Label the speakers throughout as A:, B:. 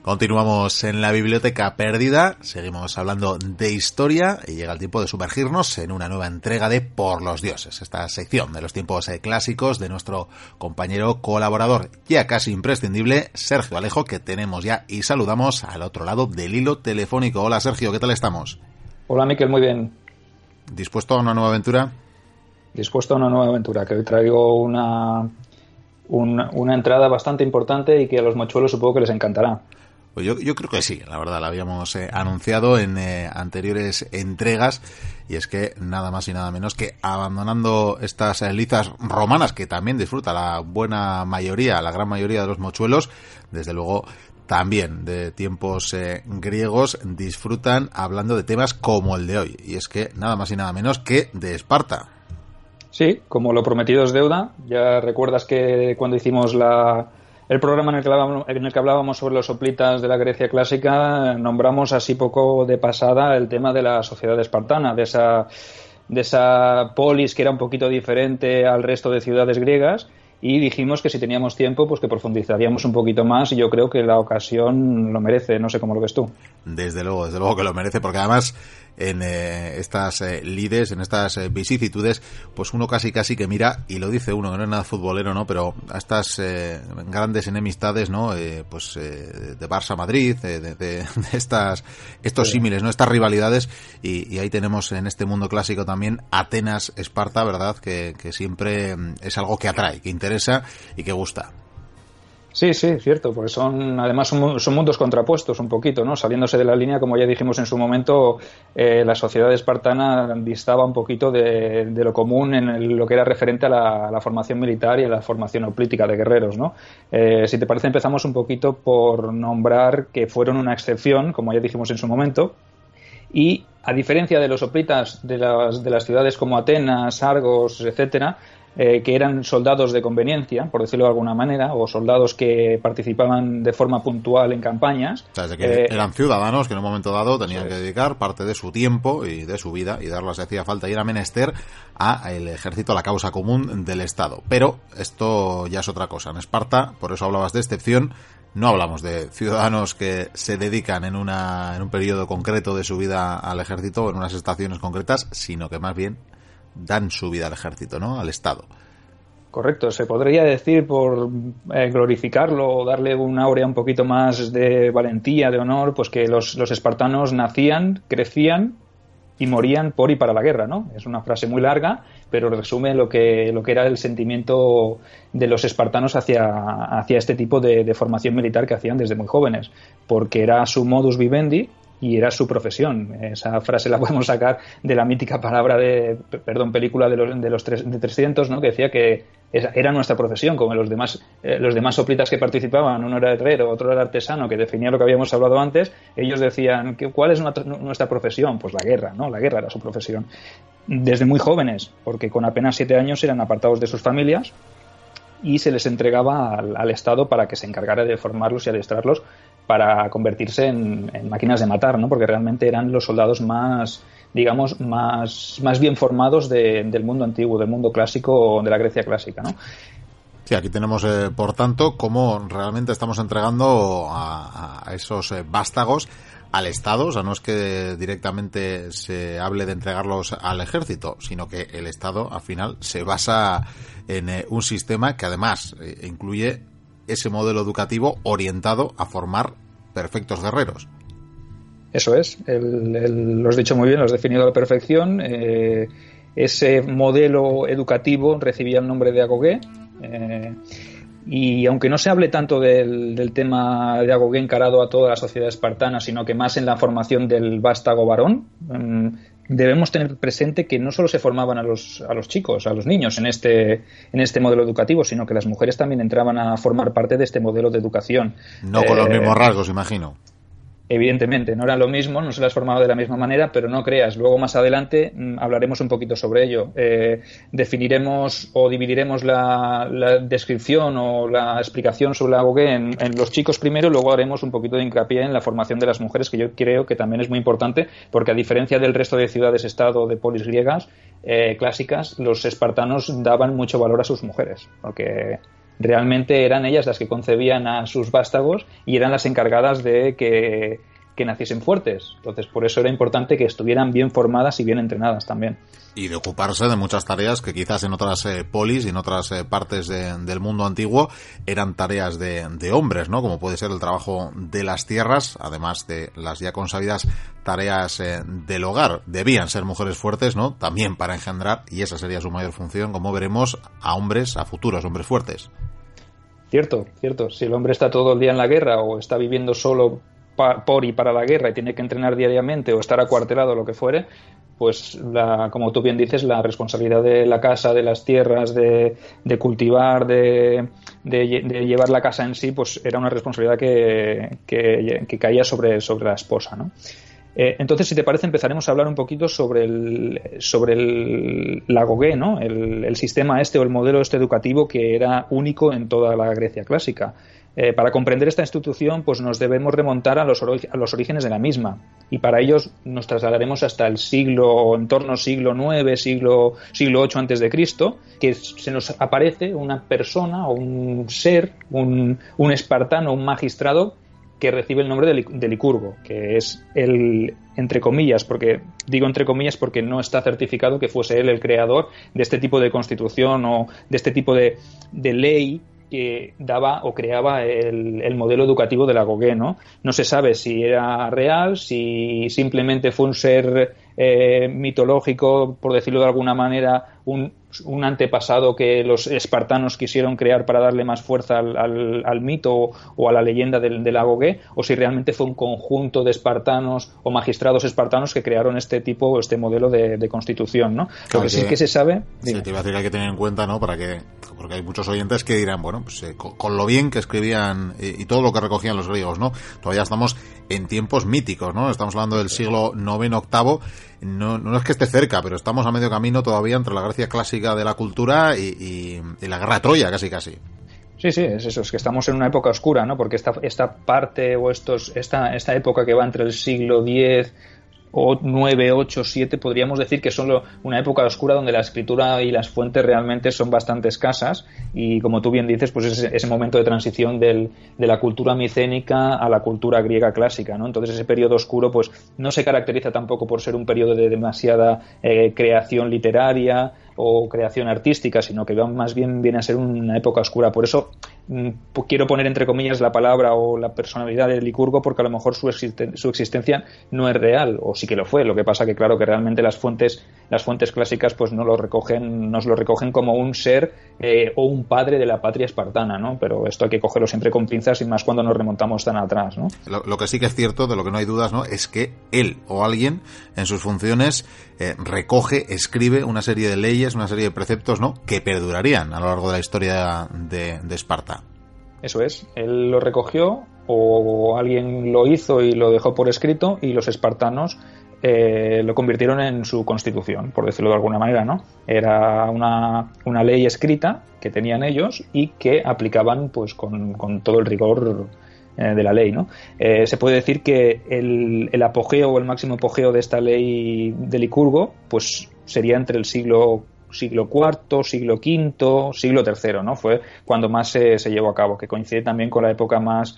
A: Continuamos en la biblioteca perdida, seguimos hablando de historia y llega el tiempo de sumergirnos en una nueva entrega de Por los Dioses, esta sección de los tiempos clásicos de nuestro compañero colaborador ya casi imprescindible, Sergio Alejo, que tenemos ya y saludamos al otro lado del hilo telefónico. Hola Sergio, ¿qué tal estamos?
B: Hola Miquel, muy bien.
A: ¿Dispuesto a una nueva aventura?
B: Dispuesto a una nueva aventura, que hoy traigo una entrada bastante importante y que a los mochuelos supongo que les encantará.
A: Pues yo creo que sí, la verdad, la habíamos anunciado en anteriores entregas, y es que nada más y nada menos que abandonando estas lizas romanas que también disfruta la gran mayoría de los mochuelos, desde luego también de tiempos griegos disfrutan hablando de temas como el de hoy, y es que nada más y nada menos que de Esparta.
B: Sí, como lo prometido es deuda. Ya recuerdas que cuando hicimos el programa en el que hablábamos sobre los hoplitas de la Grecia clásica, nombramos así poco de pasada el tema de la sociedad espartana, de esa polis que era un poquito diferente al resto de ciudades griegas, y dijimos que si teníamos tiempo, pues que profundizaríamos un poquito más, y yo creo que la ocasión lo merece. No sé cómo lo ves tú.
A: Desde luego que lo merece, porque además en estas lides, en estas vicisitudes, pues uno casi que mira, y lo dice uno que no es nada futbolero, ¿no? Pero a estas grandes enemistades, ¿no? De Barça-Madrid, de estos símiles, ¿no? Estas rivalidades, y ahí tenemos en este mundo clásico también Atenas-Esparta, ¿verdad? Que siempre es algo que atrae, que interesa y que gusta.
B: Sí, cierto, porque son mundos contrapuestos un poquito, ¿no? Saliéndose de la línea, como ya dijimos en su momento, la sociedad espartana distaba un poquito de lo común en lo que era referente a la formación militar y a la formación hoplítica de guerreros, ¿no? Si te parece, empezamos un poquito por nombrar que fueron una excepción, como ya dijimos en su momento, y a diferencia de los hoplitas de las ciudades como Atenas, Argos, etcétera, que eran soldados de conveniencia, por decirlo de alguna manera, o soldados que participaban de forma puntual en campañas.
A: O sea, que eran ciudadanos que en un momento dado tenían que dedicar parte de su tiempo y de su vida, y darlo si hacía falta, y era menester al ejército, a la causa común del Estado. Pero esto ya es otra cosa. En Esparta, por eso hablabas de excepción, no hablamos de ciudadanos que se dedican en un periodo concreto de su vida al ejército, en unas estaciones concretas, sino que más bien dan su vida al ejército, ¿no? Al Estado.
B: Correcto, se podría decir, por glorificarlo o darle una aurea un poquito más de valentía, de honor, pues que los espartanos nacían, crecían y morían por y para la guerra, ¿no? Es una frase muy larga, pero resume lo que era el sentimiento de los espartanos hacia este tipo de formación militar que hacían desde muy jóvenes, porque era su modus vivendi y era su profesión. Esa frase la podemos sacar de la mítica película de 300, ¿no? Que decía que era nuestra profesión, como los demás soplitas que participaban, uno era herrero, otro era artesano, que definía lo que habíamos hablado antes. Ellos decían, ¿cuál es nuestra profesión? Pues la guerra, ¿no? La guerra era su profesión. Desde muy jóvenes, porque con apenas 7 años eran apartados de sus familias y se les entregaba al Estado para que se encargara de formarlos y adiestrarlos para convertirse en máquinas de matar, ¿no? Porque realmente eran los soldados más bien formados del mundo antiguo, del mundo clásico, de la Grecia clásica, ¿no?
A: Sí, aquí tenemos, por tanto, cómo realmente estamos entregando a esos vástagos al Estado. O sea, no es que directamente se hable de entregarlos al ejército, sino que el Estado, al final, se basa en un sistema que además incluye ese modelo educativo orientado a formar perfectos guerreros.
B: Eso es, lo has dicho muy bien, lo has definido a la perfección. Ese modelo educativo recibía el nombre de Agoge, y aunque no se hable tanto del tema de Agoge encarado a toda la sociedad espartana, sino que más en la formación del vástago varón, debemos tener presente que no solo se formaban a los chicos, a los niños en este modelo educativo, sino que las mujeres también entraban a formar parte de este modelo de educación.
A: No con los mismos rasgos, imagino.
B: Evidentemente, no era lo mismo, no se las formaba de la misma manera, pero no creas, luego más adelante hablaremos un poquito sobre ello. Definiremos o dividiremos la descripción o la explicación sobre la Agoge en los chicos primero, y luego haremos un poquito de hincapié en la formación de las mujeres, que yo creo que también es muy importante, porque a diferencia del resto de ciudades-estado de polis griegas clásicas, los espartanos daban mucho valor a sus mujeres, porque Realmente eran ellas las que concebían a sus vástagos y eran las encargadas de que naciesen fuertes. Entonces, por eso era importante que estuvieran bien formadas y bien entrenadas también.
A: Y de ocuparse de muchas tareas que quizás en otras polis y en otras partes del mundo antiguo eran tareas de hombres, ¿no? Como puede ser el trabajo de las tierras, además de las ya consabidas tareas del hogar. Debían ser mujeres fuertes, ¿no? También para engendrar, y esa sería su mayor función, como veremos, a futuros hombres fuertes.
B: Cierto. Si el hombre está todo el día en la guerra o está viviendo solo por y para la guerra y tiene que entrenar diariamente o estar acuartelado o lo que fuere, pues como tú bien dices, la responsabilidad de la casa, de las tierras, de cultivar, de llevar la casa en sí, pues era una responsabilidad que caía sobre la esposa, ¿no? Entonces, si te parece, empezaremos a hablar un poquito sobre el Agogé, ¿no? El sistema o el modelo educativo que era único en toda la Grecia clásica. Para comprender esta institución, pues nos debemos remontar a los orígenes de la misma, y para ellos nos trasladaremos hasta el en torno siglo IX, siglo VIII antes de Cristo, que se nos aparece una persona o un ser, un espartano, un magistrado, que recibe el nombre de Licurgo, que es el, entre comillas, porque digo entre comillas porque no está certificado que fuese él el creador de este tipo de constitución o de este tipo de ley que daba o creaba el modelo educativo del Agogé, ¿no? No se sabe si era real, si simplemente fue un ser mitológico, por decirlo de alguna manera, un antepasado que los espartanos quisieron crear para darle más fuerza al mito o a la leyenda del Agogé, o si realmente fue un conjunto de espartanos o magistrados espartanos que crearon este modelo de constitución, ¿no? Lo que sí que se sabe...
A: Sí, te iba a decir que hay que tener en cuenta, ¿no? Porque hay muchos oyentes que dirán, bueno, pues con lo bien que escribían y todo lo que recogían los griegos, ¿no? Todavía estamos en tiempos míticos, ¿no? Estamos hablando del siglo IX, VIII. No es que esté cerca, pero estamos a medio camino todavía entre la Grecia clásica de la cultura y la guerra de Troya, casi.
B: Sí, es eso, es que estamos en una época oscura, ¿no? Porque esta parte o esta época que va entre el siglo X o 9, 8, 7, podríamos decir que son una época oscura donde la escritura y las fuentes realmente son bastante escasas, y como tú bien dices, pues es ese momento de transición de la cultura micénica a la cultura griega clásica, ¿no? Entonces ese periodo oscuro pues no se caracteriza tampoco por ser un periodo de demasiada creación literaria o creación artística, sino que más bien viene a ser una época oscura. Por eso quiero poner entre comillas la palabra o la personalidad de Licurgo, porque a lo mejor su existencia no es real, o sí que lo fue. Lo que pasa que claro que realmente las fuentes clásicas pues nos lo recogen como un ser o un padre de la patria espartana, ¿no? Pero esto hay que cogerlo siempre con pinzas, y más cuando nos remontamos tan atrás, ¿no?
A: Lo que sí que es cierto, de lo que no hay dudas, ¿no?, es que él o alguien en sus funciones recoge, escribe una serie de leyes, una serie de preceptos, ¿no?, que perdurarían a lo largo de la historia de Esparta.
B: Eso es, él lo recogió o alguien lo hizo y lo dejó por escrito, y los espartanos lo convirtieron en su constitución, por decirlo de alguna manera, ¿no? Era una ley escrita que tenían ellos y que aplicaban pues con todo el rigor de la ley, ¿no? Se puede decir que el apogeo o el máximo apogeo de esta ley de Licurgo pues sería entre el siglo IV, siglo V, siglo III, ¿no? Fue cuando más se llevó a cabo, que coincide también con la época más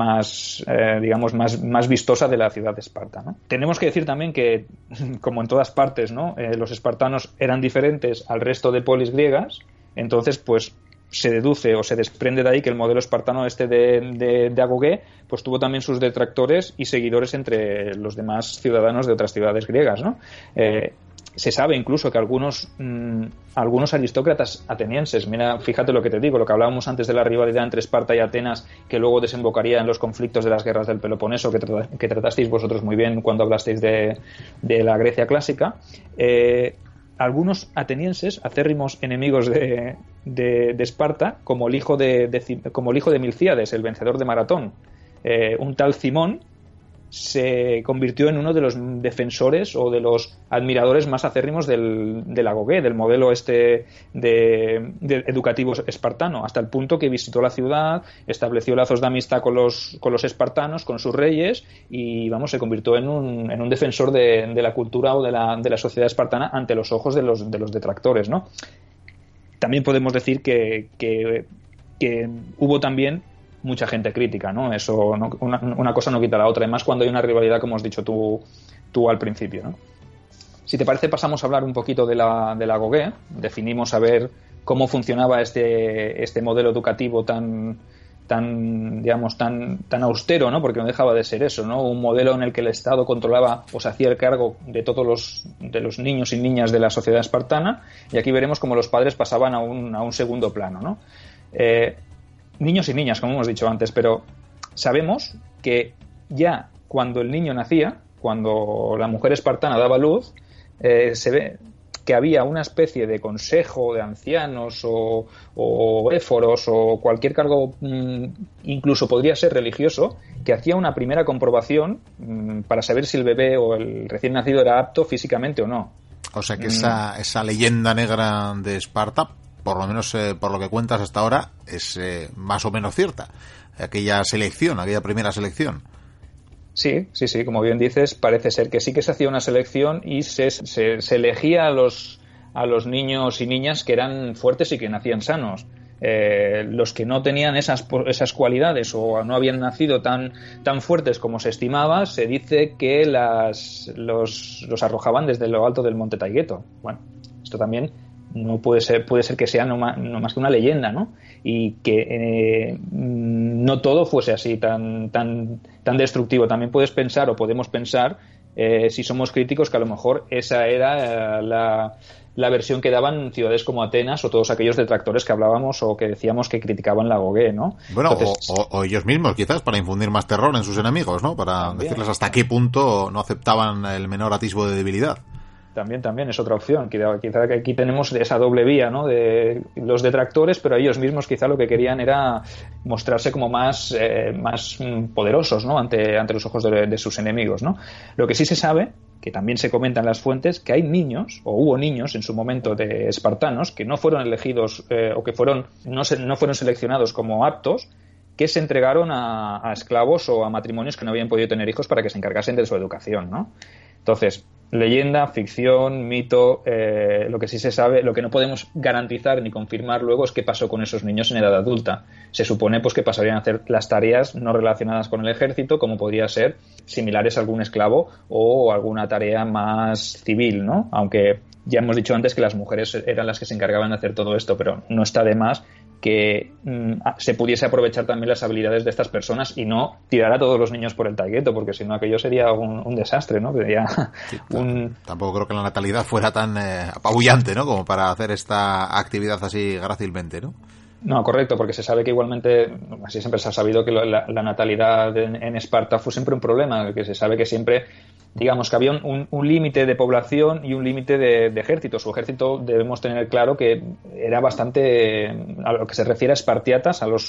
B: vistosa de la ciudad de Esparta, ¿no? Tenemos que decir también que, como en todas partes, ¿no?, los espartanos eran diferentes al resto de polis griegas. Entonces, pues se deduce o se desprende de ahí que el modelo espartano de Agogé pues tuvo también sus detractores y seguidores entre los demás ciudadanos de otras ciudades griegas, ¿no? Se sabe incluso que algunos aristócratas atenienses, mira, fíjate lo que te digo, lo que hablábamos antes de la rivalidad entre Esparta y Atenas, que luego desembocaría en los conflictos de las guerras del Peloponeso, que tratasteis vosotros muy bien cuando hablasteis de la Grecia clásica. Algunos atenienses, acérrimos enemigos de Esparta, como el hijo de Milcíades, el vencedor de Maratón, un tal Cimón, se convirtió en uno de los defensores o de los admiradores más acérrimos del Agogé, del modelo de educativo espartano, hasta el punto que visitó la ciudad, estableció lazos de amistad con los espartanos, con sus reyes, y se convirtió en un defensor de la cultura o de la sociedad espartana ante los ojos de los detractores, ¿no? También podemos decir que que hubo también mucha gente crítica, ¿no? Eso, una cosa no quita la otra, además cuando hay una rivalidad, como has dicho tú al principio, ¿no? Si te parece, pasamos a hablar un poquito de la Gauguin. Definimos a ver cómo funcionaba este modelo educativo tan austero, ¿no? Porque no dejaba de ser eso, ¿no? Un modelo en el que el Estado controlaba o se hacía el cargo de todos los niños y niñas de la sociedad espartana, y aquí veremos cómo los padres pasaban a un segundo plano, ¿no? Niños y niñas, como hemos dicho antes, pero sabemos que ya cuando el niño nacía, cuando la mujer espartana daba luz, se ve que había una especie de consejo de ancianos o éforos o cualquier cargo, incluso podría ser religioso, que hacía una primera comprobación para saber si el bebé o el recién nacido era apto físicamente o no.
A: O sea que esa leyenda negra de Esparta, por lo menos por lo que cuentas hasta ahora, es más o menos cierta. Aquella primera selección.
B: Sí, como bien dices, parece ser que sí que se hacía una selección y se elegía a los niños y niñas que eran fuertes y que nacían sanos. Los que no tenían esas cualidades o no habían nacido tan fuertes como se estimaba, se dice que los arrojaban desde lo alto del monte Taygeto. Bueno, esto también no puede ser que sea no más que una leyenda, ¿no? Y que no todo fuese así tan destructivo. También puedes pensar, o podemos pensar, si somos críticos, que a lo mejor esa era la versión que daban ciudades como Atenas o todos aquellos detractores que hablábamos o que decíamos que criticaban la Gauguin, ¿no?
A: Bueno, entonces, o ellos mismos, quizás, para infundir más terror en sus enemigos, ¿no? Para también decirles hasta qué punto no aceptaban el menor atisbo de debilidad.
B: También es otra opción. Quizá aquí tenemos esa doble vía, ¿no? De los detractores, pero ellos mismos quizá lo que querían era mostrarse como más poderosos, ¿no? ante los ojos de sus enemigos, ¿no? Lo que sí se sabe, que también se comenta en las fuentes, que hay niños, o hubo niños en su momento de espartanos, que no fueron elegidos o que no fueron seleccionados como aptos, que se entregaron a esclavos o a matrimonios que no habían podido tener hijos para que se encargasen de su educación, ¿no? Entonces, leyenda, ficción, mito, lo que sí se sabe, lo que no podemos garantizar ni confirmar luego es qué pasó con esos niños en edad adulta. Se supone pues que pasarían a hacer las tareas no relacionadas con el ejército, como podría ser similares a algún esclavo o alguna tarea más civil, ¿no? Aunque ya hemos dicho antes que las mujeres eran las que se encargaban de hacer todo esto, pero no está de más que se pudiese aprovechar también las habilidades de estas personas y no tirar a todos los niños por el Taygeto, porque si no aquello sería un desastre, ¿no?
A: Tampoco creo que la natalidad fuera tan apabullante, ¿no? Como para hacer esta actividad así grácilmente, ¿no?
B: No, correcto, porque se sabe que igualmente, así siempre se ha sabido que la natalidad en Esparta fue siempre un problema, que se sabe que siempre, digamos, que había un límite de población y un límite de ejército. Su ejército debemos tener claro que era bastante, a lo que se refiere a espartiatas, a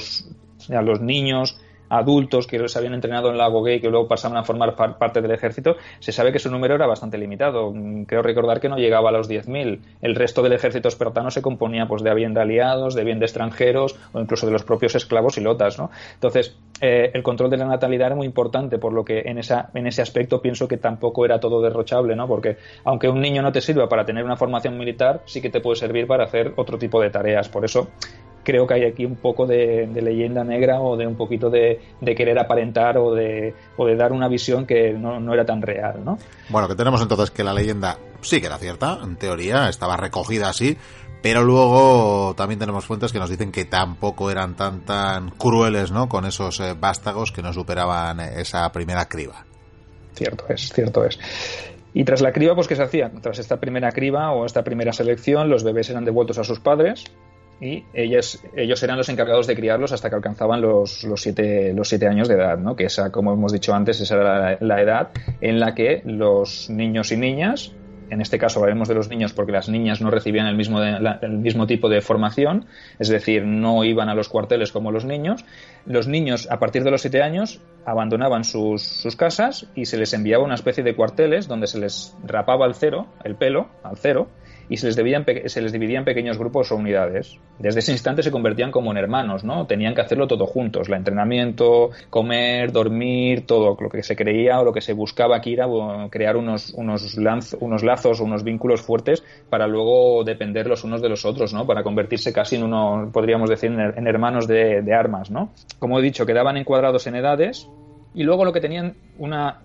B: los niños adultos que se habían entrenado en la Gauguin y que luego pasaban a formar parte del ejército, se sabe que su número era bastante limitado. Creo recordar que no llegaba a los 10.000. El resto del ejército espartano se componía pues de bien de aliados, de bien de extranjeros o incluso de los propios esclavos y lotas, ¿no? Entonces, el control de la natalidad era muy importante, por lo que en ese aspecto pienso que tampoco era todo derrochable, ¿no? Porque aunque un niño no te sirva para tener una formación militar, sí que te puede servir para hacer otro tipo de tareas. Por eso creo que hay aquí un poco de leyenda negra o de un poquito de querer aparentar o de dar una visión que no era tan real, ¿no?
A: Bueno, que tenemos entonces que la leyenda sí que era cierta, en teoría, estaba recogida así, pero luego también tenemos fuentes que nos dicen que tampoco eran tan crueles, ¿no? Con esos vástagos que no superaban esa primera criba.
B: Cierto es. Y tras la criba, pues ¿qué se hacía? Tras esta primera criba o esta primera selección, los bebés eran devueltos a sus padres y ellos eran los encargados de criarlos hasta que alcanzaban los 7 años de edad, ¿no? Que esa, como hemos dicho antes, esa era la edad en la que los niños y niñas, en este caso hablaremos de los niños porque las niñas no recibían el mismo tipo de formación, es decir, no iban a los cuarteles como los niños. Los niños, a partir de los 7 años, abandonaban sus casas y se les enviaba una especie de cuarteles donde se les rapaba el pelo al cero, y se les dividía en pequeños grupos o unidades. Desde ese instante se convertían como en hermanos, ¿no? Tenían que hacerlo todo juntos, el entrenamiento, comer, dormir, todo lo que se creía o lo que se buscaba aquí era crear unos lazos o unos vínculos fuertes para luego depender los unos de los otros, ¿no? Para convertirse casi en uno, podríamos decir, en hermanos de armas, ¿no? Como he dicho, quedaban encuadrados en edades y luego lo que tenían una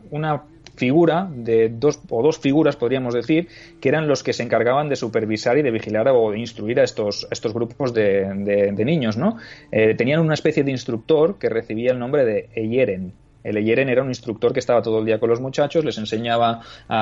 B: figura de dos figuras, podríamos decir, que eran los que se encargaban de supervisar y de vigilar o de instruir a estos grupos de niños, ¿no? Tenían una especie de instructor que recibía el nombre de Eyeren. El Eyeren era un instructor que estaba todo el día con los muchachos, les enseñaba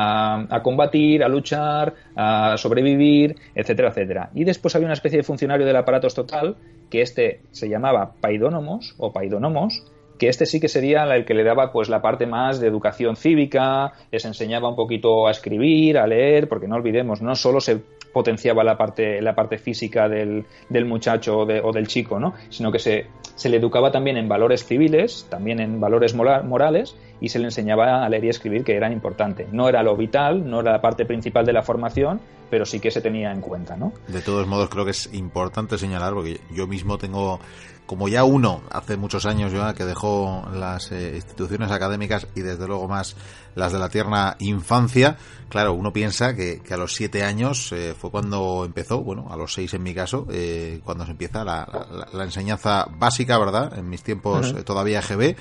B: a combatir, a luchar, a sobrevivir, etcétera, etcétera. Y después había una especie de funcionario del aparato estatal que se llamaba paidónomos o paidonomos, que sí que sería el que le daba pues la parte más de educación cívica, les enseñaba un poquito a escribir, a leer, porque no olvidemos, no solo se potenciaba la parte física del muchacho o del chico, ¿no? Sino que se le educaba también en valores civiles, también en valores morales, y se le enseñaba a leer y escribir, que era importante. No era lo vital, no era la parte principal de la formación, pero sí que se tenía en cuenta, ¿no?
A: De todos modos, creo que es importante señalar, porque yo mismo tengo, como ya uno, hace muchos años ya, que dejó las instituciones académicas y desde luego más las de la tierna infancia. Claro, uno piensa que a los 7 años fue cuando empezó, bueno, a los 6 en mi caso, cuando se empieza la enseñanza básica, ¿verdad? En mis tiempos todavía EGB,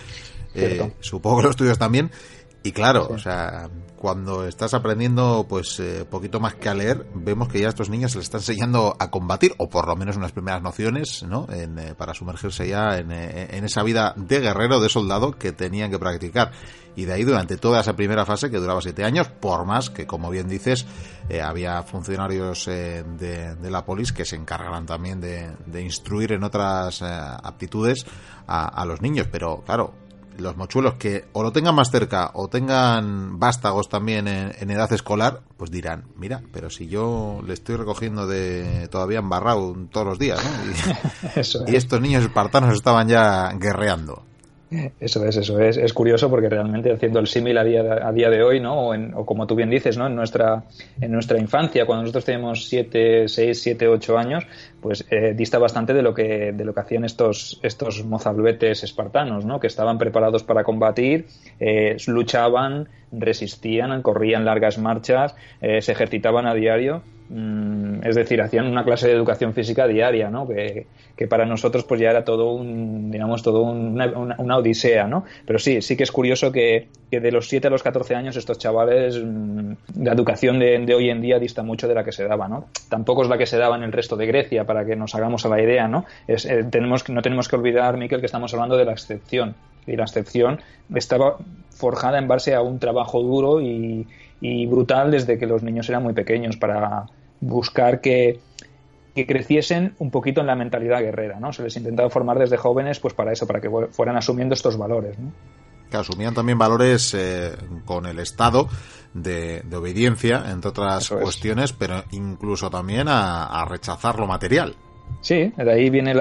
A: supongo que los tuyos también. Y claro, sí. O sea, cuando estás aprendiendo pues poquito más que a leer, vemos que ya a estos niños se les está enseñando a combatir, o por lo menos unas primeras nociones, ¿no? Para sumergirse ya en esa vida de guerrero, de soldado que tenían que practicar. Y de ahí durante toda esa primera fase, que duraba 7 años, por más que, como bien dices, había funcionarios de la polis que se encargaran también de instruir en otras aptitudes a los niños. Pero claro, los mochuelos que o lo tengan más cerca o tengan vástagos también en edad escolar, pues dirán, mira, pero si yo le estoy recogiendo todavía embarrado todos los días, ¿no? Y estos niños espartanos estaban ya guerreando.
B: Eso es curioso porque realmente haciendo el símil a día de hoy, ¿no? O como tú bien dices, ¿no? En nuestra infancia, cuando nosotros teníamos 6, 7, 8 años, pues dista bastante de lo que hacían estos mozalbetes espartanos, ¿no? Que estaban preparados para combatir, luchaban, resistían, corrían largas marchas, se ejercitaban a diario. Es decir, hacían una clase de educación física diaria, ¿no? Que para nosotros pues ya era todo una odisea, ¿no? Pero sí que es curioso que de los 7 a los 14 años estos chavales, la educación de hoy en día dista mucho de la que se daba, ¿no? Tampoco es la que se daba en el resto de Grecia, para que nos hagamos a la idea, ¿no? No tenemos que olvidar, Miquel, que estamos hablando de la excepción. Y la excepción estaba forjada en base a un trabajo duro y brutal desde que los niños eran muy pequeños, para buscar que creciesen un poquito en la mentalidad guerrera, ¿no? Se les intentaba formar desde jóvenes pues para eso, para que fueran asumiendo estos valores, ¿no?
A: Que asumían también valores con el Estado de obediencia, entre otras cuestiones, pero incluso también a rechazar lo material.
B: Sí, de ahí viene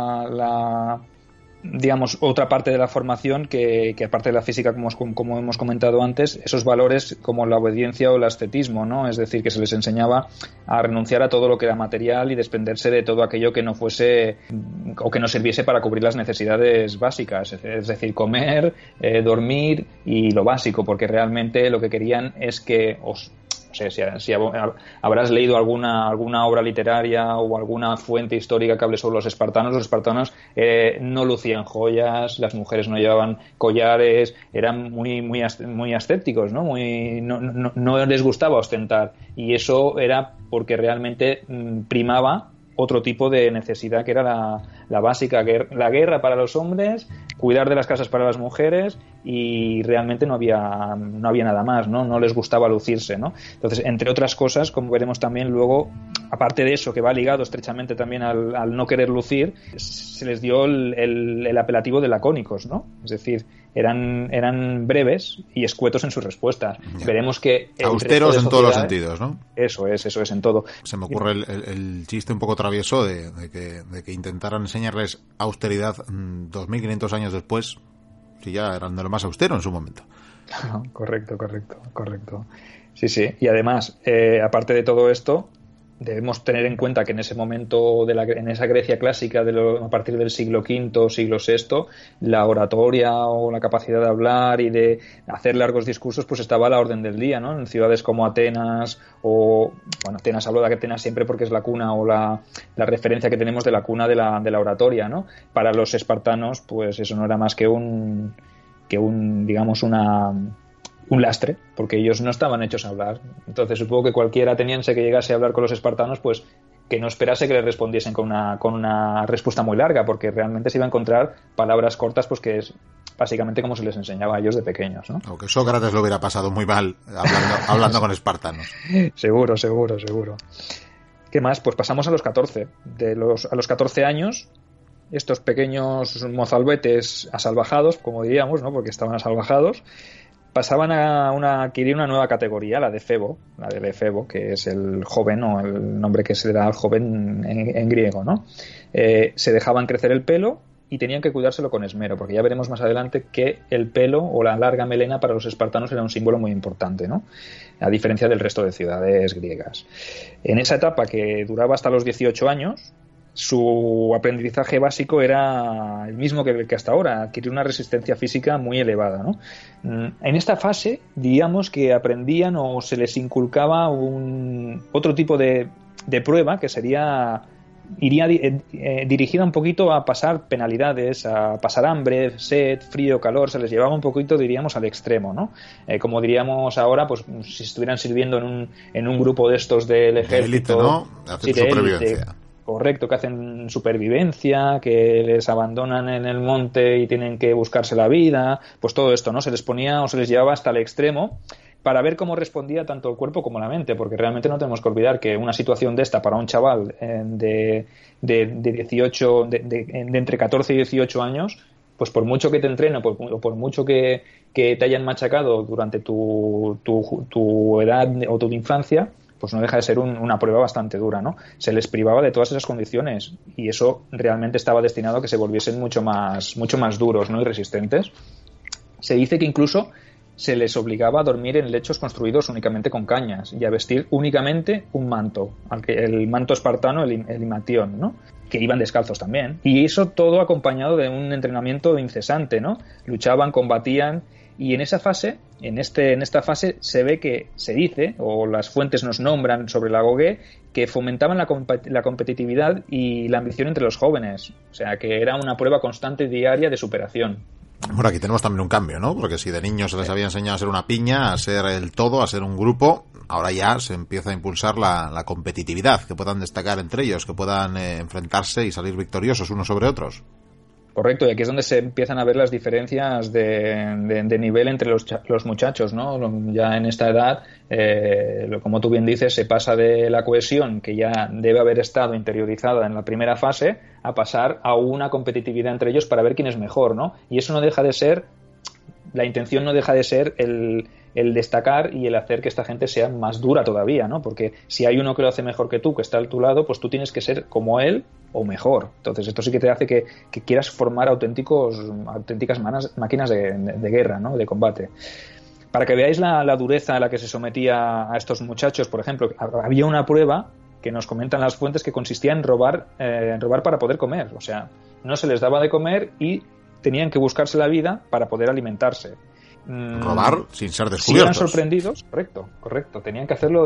B: digamos, otra parte de la formación que aparte de la física, como hemos comentado antes, esos valores como la obediencia o el ascetismo, ¿no? Es decir, que se les enseñaba a renunciar a todo lo que era material y desprenderse de todo aquello que no fuese o que no sirviese para cubrir las necesidades básicas, es decir, comer, dormir y lo básico, porque realmente lo que querían es que no sé si habrás leído alguna obra literaria o alguna fuente histórica que hable sobre los espartanos. Los espartanos no lucían joyas, las mujeres no llevaban collares, eran muy ascéticos, ¿no? No les gustaba ostentar, y eso era porque realmente primaba otro tipo de necesidad, que era la básica, la guerra para los hombres, cuidar de las casas para las mujeres, y realmente no había nada más, ¿no? No les gustaba lucirse, ¿no? Entonces, entre otras cosas, como veremos también luego, aparte de eso, que va ligado estrechamente también al no querer lucir, se les dio el apelativo de lacónicos, ¿no? Es decir, eran breves y escuetos en sus respuestas. Ya. Veremos que
A: austeros en todos los sentidos, ¿no?
B: Eso es en todo.
A: Se me ocurre el chiste un poco travieso de que intentaran enseñarles austeridad 2500 años después, si ya eran de lo más austero en su momento.
B: Correcto. Sí. Y además, aparte de todo esto, debemos tener en cuenta que en ese momento, en esa Grecia clásica, a partir del siglo V, siglo VI, la oratoria o la capacidad de hablar y de hacer largos discursos pues estaba a la orden del día, ¿no? En ciudades como Atenas Atenas, hablo de Atenas siempre porque es la cuna o la referencia que tenemos de la cuna de la oratoria, ¿no? Para los espartanos, pues eso no era más que un lastre, porque ellos no estaban hechos a hablar. Entonces supongo que cualquier ateniense que llegase a hablar con los espartanos, pues que no esperase que le respondiesen con una respuesta muy larga, porque realmente se iba a encontrar palabras cortas, pues que es básicamente como se les enseñaba a ellos de pequeños, ¿no?
A: Aunque Sócrates lo hubiera pasado muy mal hablando con espartanos.
B: Seguro. ¿Qué más? Pues pasamos a los 14. A los 14 años, estos pequeños mozalbetes asalvajados, como diríamos, ¿no? Porque estaban asalvajados, pasaban a adquirir una nueva categoría, la de Febo, que es el joven, o el nombre que se le da al joven en griego, ¿no? Se dejaban crecer el pelo y tenían que cuidárselo con esmero, porque ya veremos más adelante que el pelo o la larga melena para los espartanos era un símbolo muy importante, ¿no? A diferencia del resto de ciudades griegas. En esa etapa, que duraba hasta los 18 años, su aprendizaje básico era el mismo que hasta ahora, adquirir una resistencia física muy elevada, ¿no? En esta fase, diríamos que aprendían o se les inculcaba otro tipo de prueba que iría dirigida un poquito a pasar penalidades, a pasar hambre, sed, frío, calor, se les llevaba un poquito, diríamos, al extremo, ¿no? Como diríamos ahora, pues si estuvieran sirviendo en un grupo de estos del ejército,
A: élite, ¿no? Hacen supervivencia.
B: Élite, correcto, que hacen supervivencia, que les abandonan en el monte y tienen que buscarse la vida, pues todo esto, ¿no? Se les ponía o se les llevaba hasta el extremo para ver cómo respondía tanto el cuerpo como la mente, porque realmente no tenemos que olvidar que una situación de esta para un chaval de 18, de entre 14 y 18 años, pues por mucho que te entrenen o por mucho que te hayan machacado durante tu edad o tu infancia, pues no deja de ser una prueba bastante dura, ¿no? Se les privaba de todas esas condiciones y eso realmente estaba destinado a que se volviesen mucho más duros, ¿no? Y resistentes. Se dice que incluso se les obligaba a dormir en lechos construidos únicamente con cañas y a vestir únicamente un manto, el manto espartano, el imatión, ¿no? Que iban descalzos también. Y eso todo acompañado de un entrenamiento incesante, ¿no? Luchaban, combatían. Y en esa fase, en esta fase, se dice, o las fuentes nos nombran sobre la Gogé, que fomentaban la competitividad y la ambición entre los jóvenes. O sea, que era una prueba constante y diaria de superación.
A: Bueno, aquí tenemos también un cambio, ¿no? Porque si de niños se les había enseñado a ser una piña, a ser el todo, a ser un grupo, ahora ya se empieza a impulsar la competitividad, que puedan destacar entre ellos, que puedan enfrentarse y salir victoriosos unos sobre otros.
B: Correcto, y aquí es donde se empiezan a ver las diferencias de nivel entre los muchachos, ¿no? Ya en esta edad, como tú bien dices, se pasa de la cohesión, que ya debe haber estado interiorizada en la primera fase, a pasar a una competitividad entre ellos para ver quién es mejor, ¿no? Y eso no deja de ser, la intención no deja de ser el destacar y el hacer que esta gente sea más dura todavía, ¿no? Porque si hay uno que lo hace mejor que tú, que está a tu lado, pues tú tienes que ser como él o mejor. Entonces esto sí que te hace que quieras formar auténticas máquinas de guerra, ¿no? De combate. Para que veáis la dureza a la que se sometía a estos muchachos, por ejemplo, había una prueba que nos comentan las fuentes que consistía en robar para poder comer. O sea, no se les daba de comer y tenían que buscarse la vida para poder alimentarse.
A: Robar sin ser descubiertos.
B: Si eran sorprendidos, correcto. Tenían que hacerlo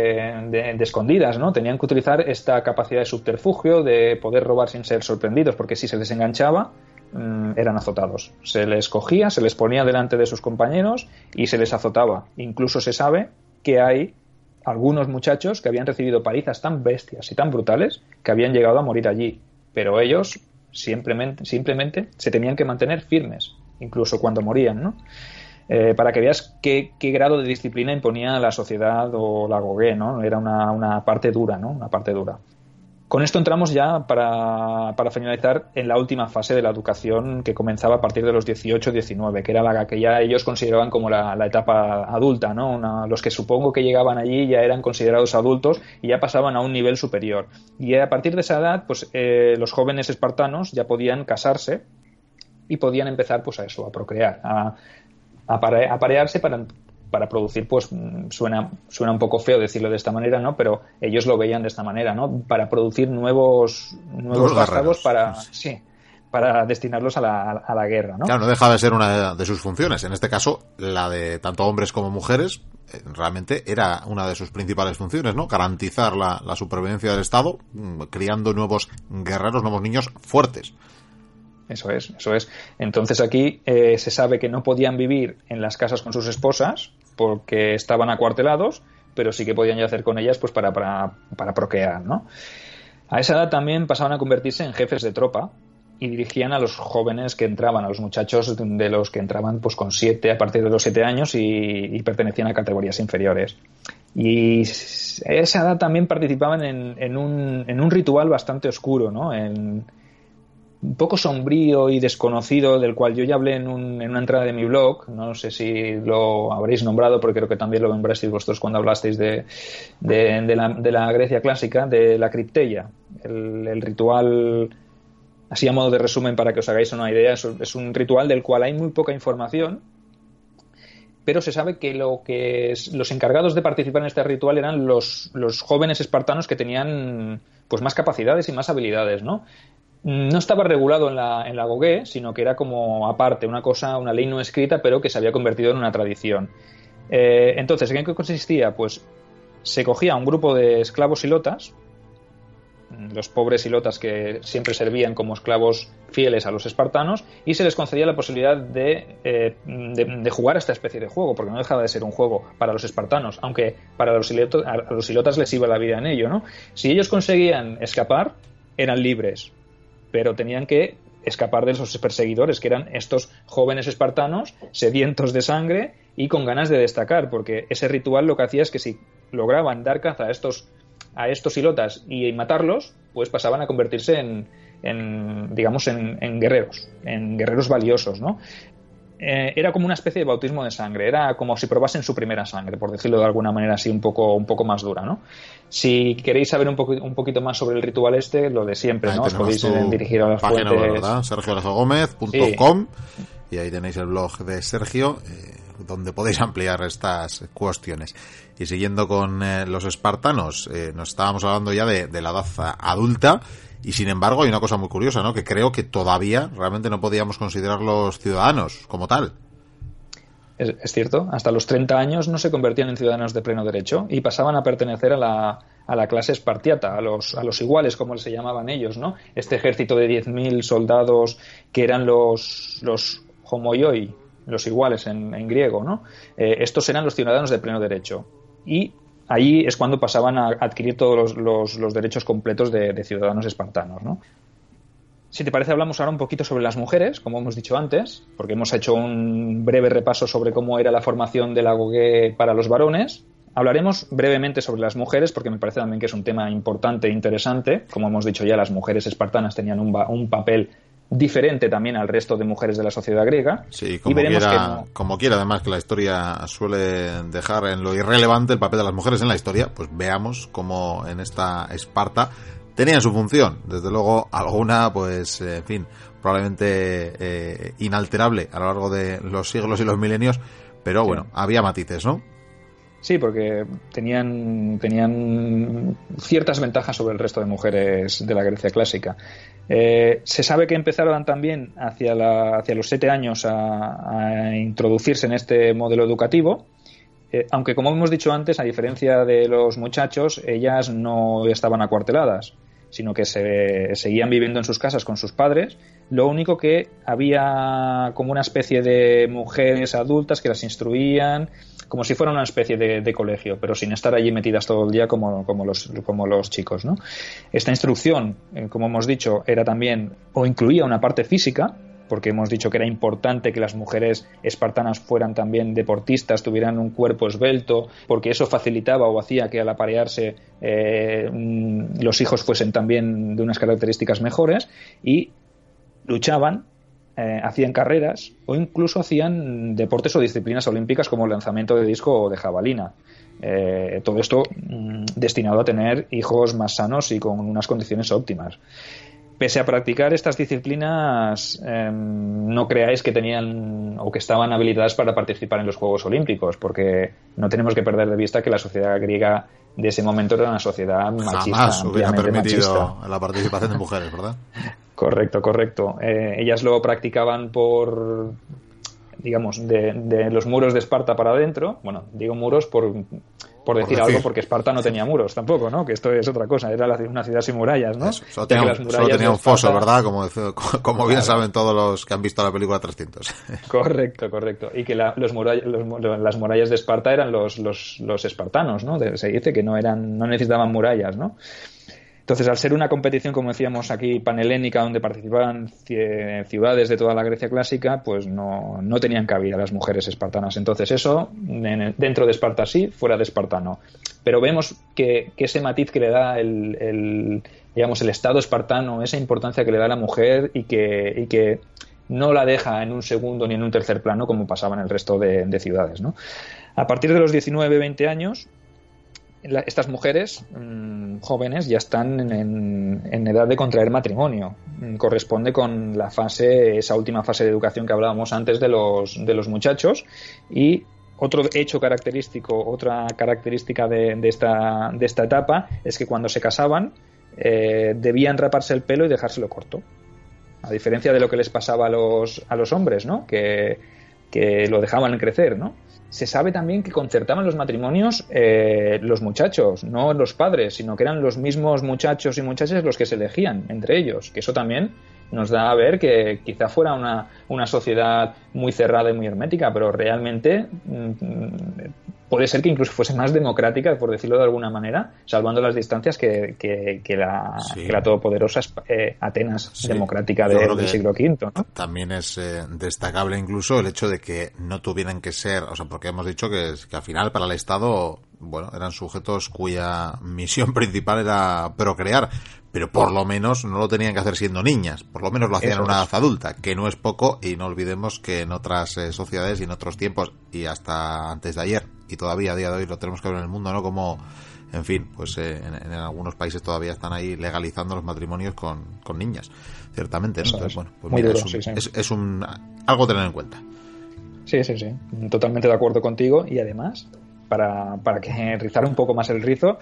B: de escondidas, ¿no? Tenían que utilizar esta capacidad de subterfugio, de poder robar sin ser sorprendidos, porque si se les enganchaba, eran azotados. Se les cogía, se les ponía delante de sus compañeros y se les azotaba. Incluso se sabe que hay algunos muchachos que habían recibido palizas tan bestias y tan brutales que habían llegado a morir allí. Pero ellos simplemente se tenían que mantener firmes, incluso cuando morían, ¿no? Para que veas qué grado de disciplina imponía la sociedad o la Gogé, ¿no? Era una parte dura, ¿no? Una parte dura. Con esto entramos ya para finalizar en la última fase de la educación, que comenzaba a partir de los 18-19, que era la que ya ellos consideraban como la etapa adulta, ¿no? Los que supongo que llegaban allí ya eran considerados adultos y ya pasaban a un nivel superior. Y a partir de esa edad, pues los jóvenes espartanos ya podían casarse y podían empezar, pues a procrear, a parearse para para producir, pues suena un poco feo decirlo de esta manera, ¿no? Pero ellos lo veían de esta manera, ¿no? Para producir nuevos vástagos para destinarlos a la guerra, ¿no?
A: Claro, no deja de ser una de sus funciones. En este caso, la de tanto hombres como mujeres, realmente era una de sus principales funciones, ¿no? Garantizar la supervivencia del Estado, criando nuevos guerreros, nuevos niños fuertes.
B: Eso es. Entonces aquí se sabe que no podían vivir en las casas con sus esposas porque estaban acuartelados, pero sí que podían yacer con ellas pues para procrear, ¿no? A esa edad también pasaban a convertirse en jefes de tropa y dirigían a los jóvenes que entraban, a los muchachos de los que entraban pues a partir de los 7 años y pertenecían a categorías inferiores. Y a esa edad también participaban en un ritual bastante oscuro, ¿no? Un poco sombrío y desconocido, del cual yo ya hablé en una entrada de mi blog. No sé si lo habréis nombrado, porque creo que también lo nombrasteis vosotros cuando hablasteis de la Grecia clásica, de la cripteia, el ritual. Así a modo de resumen, para que os hagáis una idea, es un ritual del cual hay muy poca información, pero se sabe que los encargados de participar en este ritual eran los jóvenes espartanos que tenían pues más capacidades y más habilidades, ¿no? No estaba regulado en la Gogé, sino que era como aparte, una ley no escrita, pero que se había convertido en una tradición. Entonces, ¿en qué consistía? Pues se cogía un grupo de esclavos ilotas, los pobres ilotas que siempre servían como esclavos fieles a los espartanos, y se les concedía la posibilidad de jugar a esta especie de juego, porque no dejaba de ser un juego para los espartanos, aunque a los ilotas les iba la vida en ello, ¿no? Si ellos conseguían escapar, eran libres, pero tenían que escapar de esos perseguidores, que eran estos jóvenes espartanos sedientos de sangre y con ganas de destacar, porque ese ritual lo que hacía es que si lograban dar caza a estos ilotas y matarlos, pues pasaban a convertirse en guerreros valiosos, ¿no? Era como una especie de bautismo de sangre, era como si probasen su primera sangre, por decirlo de alguna manera así un poco más dura, ¿no? Si queréis saber un poquito más sobre el ritual lo de siempre, ¿no? Os podéis dirigir a las
A: página
B: fuentes.
A: ¿verdad? sergioalazagomez.com y ahí tenéis el blog de Sergio, donde podéis ampliar estas cuestiones. Y siguiendo con los espartanos, nos estábamos hablando ya de la edad adulta, y sin embargo hay una cosa muy curiosa, ¿no? Que creo que todavía realmente no podíamos considerarlos ciudadanos como tal.
B: Es cierto, hasta los 30 años no se convertían en ciudadanos de pleno derecho y pasaban a pertenecer a la clase espartiata, a los iguales, como se llamaban ellos, ¿no? Este ejército de 10.000 soldados que eran los homoioi, los iguales en griego, ¿no? Estos eran los ciudadanos de pleno derecho. Y ahí es cuando pasaban a adquirir todos los derechos completos de ciudadanos espartanos, ¿no? Si te parece, hablamos ahora un poquito sobre las mujeres, como hemos dicho antes, porque hemos hecho un breve repaso sobre cómo era la formación de la Gogé para los varones. Hablaremos brevemente sobre las mujeres, porque me parece también que es un tema importante e interesante. Como hemos dicho ya, las mujeres espartanas tenían un papel diferente también al resto de mujeres de la sociedad griega.
A: Sí, como quiera, además que la historia suele dejar en lo irrelevante el papel de las mujeres en la historia, pues veamos cómo en esta Esparta tenían su función. Desde luego, alguna, pues, en fin, probablemente inalterable a lo largo de los siglos y los milenios, pero bueno, había matices, ¿no?
B: Sí, porque tenían ciertas ventajas sobre el resto de mujeres de la Grecia clásica. Se sabe que empezaron también hacia los 7 años a introducirse en este modelo educativo, aunque, como hemos dicho antes, a diferencia de los muchachos, ellas no estaban acuarteladas, sino que se seguían viviendo en sus casas con sus padres. Lo único que había como una especie de mujeres adultas que las instruían, como si fuera una especie de colegio, pero sin estar allí metidas todo el día como los chicos, ¿no? Esta instrucción, como hemos dicho, era también, o incluía una parte física, porque hemos dicho que era importante que las mujeres espartanas fueran también deportistas, tuvieran un cuerpo esbelto, porque eso facilitaba o hacía que al aparearse los hijos fuesen también de unas características mejores, y luchaban, hacían carreras o incluso hacían deportes o disciplinas olímpicas como el lanzamiento de disco o de jabalina. Todo esto destinado a tener hijos más sanos y con unas condiciones óptimas. pese a practicar estas disciplinas, no creáis que tenían o que estaban habilitadas para participar en los Juegos Olímpicos, porque no tenemos que perder de vista que la sociedad griega de ese momento era una sociedad machista.
A: Jamás hubiera permitido
B: machista.
A: la participación de mujeres, ¿verdad?
B: Correcto. Ellas lo practicaban por, digamos, de los muros de Esparta para adentro. Bueno, digo muros por decir algo, porque Esparta no tenía muros tampoco, ¿no? Que esto es otra cosa, era una ciudad sin murallas, ¿no?
A: Eso, solo tenía un foso, ¿verdad? Como bien saben todos los que han visto la película 300.
B: Correcto. Y que las murallas de Esparta eran los espartanos, ¿no? Se dice que no necesitaban murallas, ¿no? Entonces, al ser una competición, como decíamos aquí, panhelénica, donde participaban ciudades de toda la Grecia clásica, pues no tenían cabida las mujeres espartanas. Entonces, eso, dentro de Esparta sí, fuera de Esparta no. Pero vemos que ese matiz que le da el Estado espartano, esa importancia que le da a la mujer y que no la deja en un segundo ni en un tercer plano como pasaba en el resto de ciudades, ¿no? A partir de los 19-20 años, estas mujeres jóvenes ya están en edad de contraer matrimonio. Corresponde con esa última fase de educación que hablábamos antes de los muchachos. Y otro hecho característico, otra característica de esta etapa es que cuando se casaban debían raparse el pelo y dejárselo corto, a diferencia de lo que les pasaba a los hombres, ¿no? Que lo dejaban crecer, ¿no? Se sabe también que concertaban los matrimonios los muchachos, no los padres, sino que eran los mismos muchachos y muchachas los que se elegían entre ellos, que eso también nos da a ver que quizá fuera una sociedad muy cerrada y muy hermética, pero realmente puede ser que incluso fuese más democrática, por decirlo de alguna manera, salvando las distancias que la todopoderosa Atenas democrática del siglo V, ¿no?
A: También es destacable incluso el hecho de que no tuvieran que ser, o sea, porque hemos dicho que al final para el Estado, bueno, eran sujetos cuya misión principal era procrear, pero por lo menos no lo tenían que hacer siendo niñas, por lo menos lo hacían en una edad adulta, que no es poco, y no olvidemos que en otras sociedades y en otros tiempos, y hasta antes de ayer, y todavía a día de hoy lo tenemos que ver en el mundo, ¿no? Como, en fin, pues en algunos países todavía están ahí legalizando los matrimonios con niñas, ciertamente, ¿no? Entonces, bueno, pues mira, es algo a tener en cuenta.
B: Sí, totalmente de acuerdo contigo, y además, para que rizar un poco más el rizo,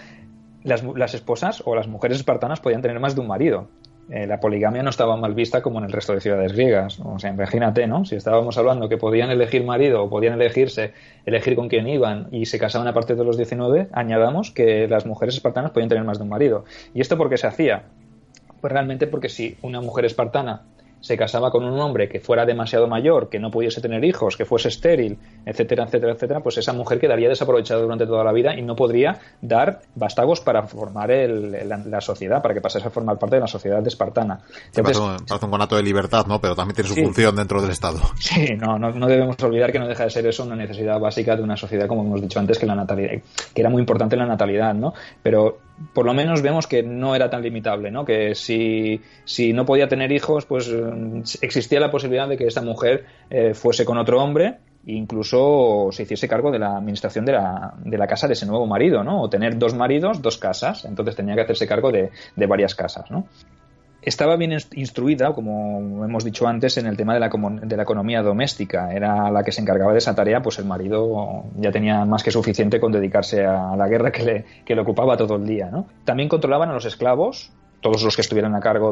B: las esposas o las mujeres espartanas podían tener más de un marido. La poligamia no estaba mal vista como en el resto de ciudades griegas. O sea, imagínate, ¿no? Si estábamos hablando que podían elegir marido o podían elegir con quién iban y se casaban a partir de los 19, añadamos que las mujeres espartanas podían tener más de un marido. ¿Y esto por qué se hacía? Pues realmente porque si una mujer espartana se casaba con un hombre que fuera demasiado mayor, que no pudiese tener hijos, que fuese estéril, etcétera, pues esa mujer quedaría desaprovechada durante toda la vida y no podría dar vástagos para formar la sociedad, para que pasase a formar parte de la sociedad espartana.
A: Entonces, parece un conato de libertad, ¿no? Pero también tiene su función dentro del Estado.
B: Sí, no debemos olvidar que no deja de ser eso una necesidad básica de una sociedad, como hemos dicho antes, que la natalidad, que era muy importante la natalidad, ¿no? Pero por lo menos vemos que no era tan limitable, ¿no? Que si no podía tener hijos, pues existía la posibilidad de que esta mujer fuese con otro hombre e incluso se hiciese cargo de la administración de la casa de ese nuevo marido, ¿no? O tener 2 maridos, 2 casas. Entonces tenía que hacerse cargo de varias casas, ¿no? Estaba bien instruida, como hemos dicho antes, en el tema de la economía doméstica. Era la que se encargaba de esa tarea, pues el marido ya tenía más que suficiente con dedicarse a la guerra que le ocupaba todo el día, ¿no? También controlaban a los esclavos, todos los que estuvieran a cargo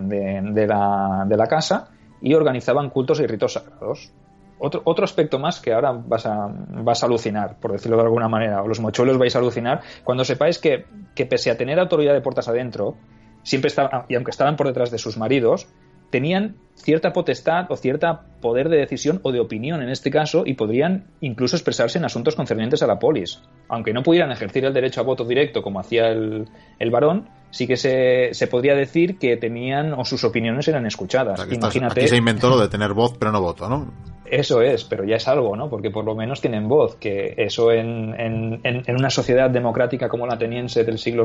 B: de la casa, y organizaban cultos y ritos sagrados. Otro aspecto más que ahora vas a alucinar, por decirlo de alguna manera, o los mochuelos vais a alucinar, cuando sepáis que pese a tener autoridad de puertas adentro, siempre estaban, y aunque estaban por detrás de sus maridos, tenían cierta potestad o cierta poder de decisión o de opinión en este caso, y podrían incluso expresarse en asuntos concernientes a la polis. Aunque no pudieran ejercer el derecho a voto directo como hacía el varón, sí que se podría decir que tenían o sus opiniones eran escuchadas. O sea, imagínate,
A: aquí se inventó lo de tener voz pero no voto, ¿no?
B: Eso es, pero ya es algo, ¿no? Porque por lo menos tienen voz, que eso en una sociedad democrática como la ateniense del siglo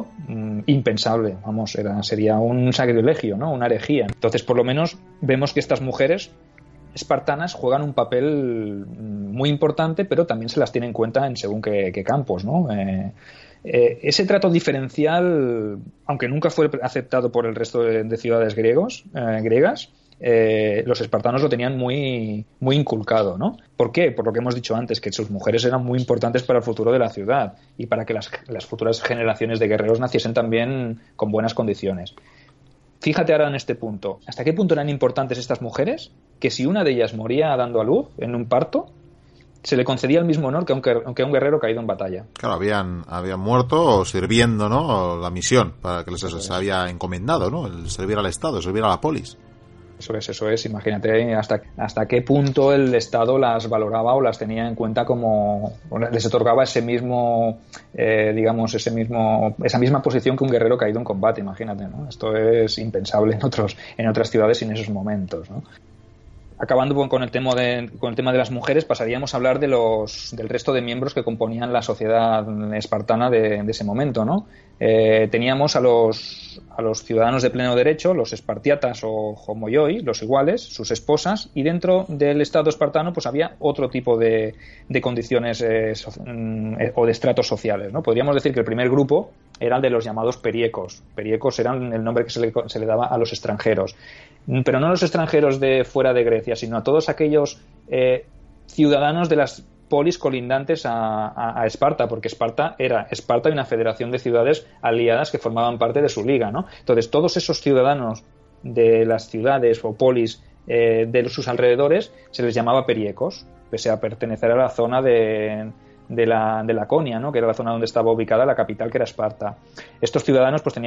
B: V, impensable, vamos, sería un sacrilegio, ¿no? Una herejía. Entonces, por lo menos vemos que estas mujeres espartanas juegan un papel muy importante, pero también se las tiene en cuenta en según qué campos, ¿no? Ese trato diferencial, aunque nunca fue aceptado por el resto de ciudades griegas, los espartanos lo tenían muy, muy inculcado, ¿no? ¿Por qué? Por lo que hemos dicho antes, que sus mujeres eran muy importantes para el futuro de la ciudad y para que las futuras generaciones de guerreros naciesen también con buenas condiciones. Fíjate ahora en este punto. ¿Hasta qué punto eran importantes estas mujeres? Que si una de ellas moría dando a luz en un parto, se le concedía el mismo honor que a un guerrero caído en batalla.
A: Claro, habían muerto sirviendo, ¿no? La misión para que les había encomendado, ¿no? El servir al Estado, servir a la polis.
B: Eso es. Imagínate hasta qué punto el Estado las valoraba o las tenía en cuenta les otorgaba ese mismo, esa misma posición que un guerrero caído en combate, imagínate, ¿no? Esto es impensable en otras ciudades en esos momentos, ¿no? Acabando con el tema de las mujeres, pasaríamos a hablar del resto de miembros que componían la sociedad espartana de ese momento, ¿no? Teníamos a los ciudadanos de pleno derecho, los espartiatas o homoioi, los iguales, sus esposas, y dentro del Estado espartano pues había otro tipo de condiciones o de estratos sociales, ¿no? Podríamos decir que el primer grupo era el de los llamados periecos. Periecos eran el nombre que se le daba a los extranjeros. Pero no a los extranjeros de fuera de Grecia, sino a todos aquellos ciudadanos de las polis colindantes a Esparta, porque Esparta y una federación de ciudades aliadas que formaban parte de su liga, ¿no? Entonces, todos esos ciudadanos de las ciudades o polis de sus alrededores se les llamaba periecos, pese a pertenecer a la zona de Laconia, ¿no? Que era la zona donde estaba ubicada la capital, que era Esparta. Estos ciudadanos pues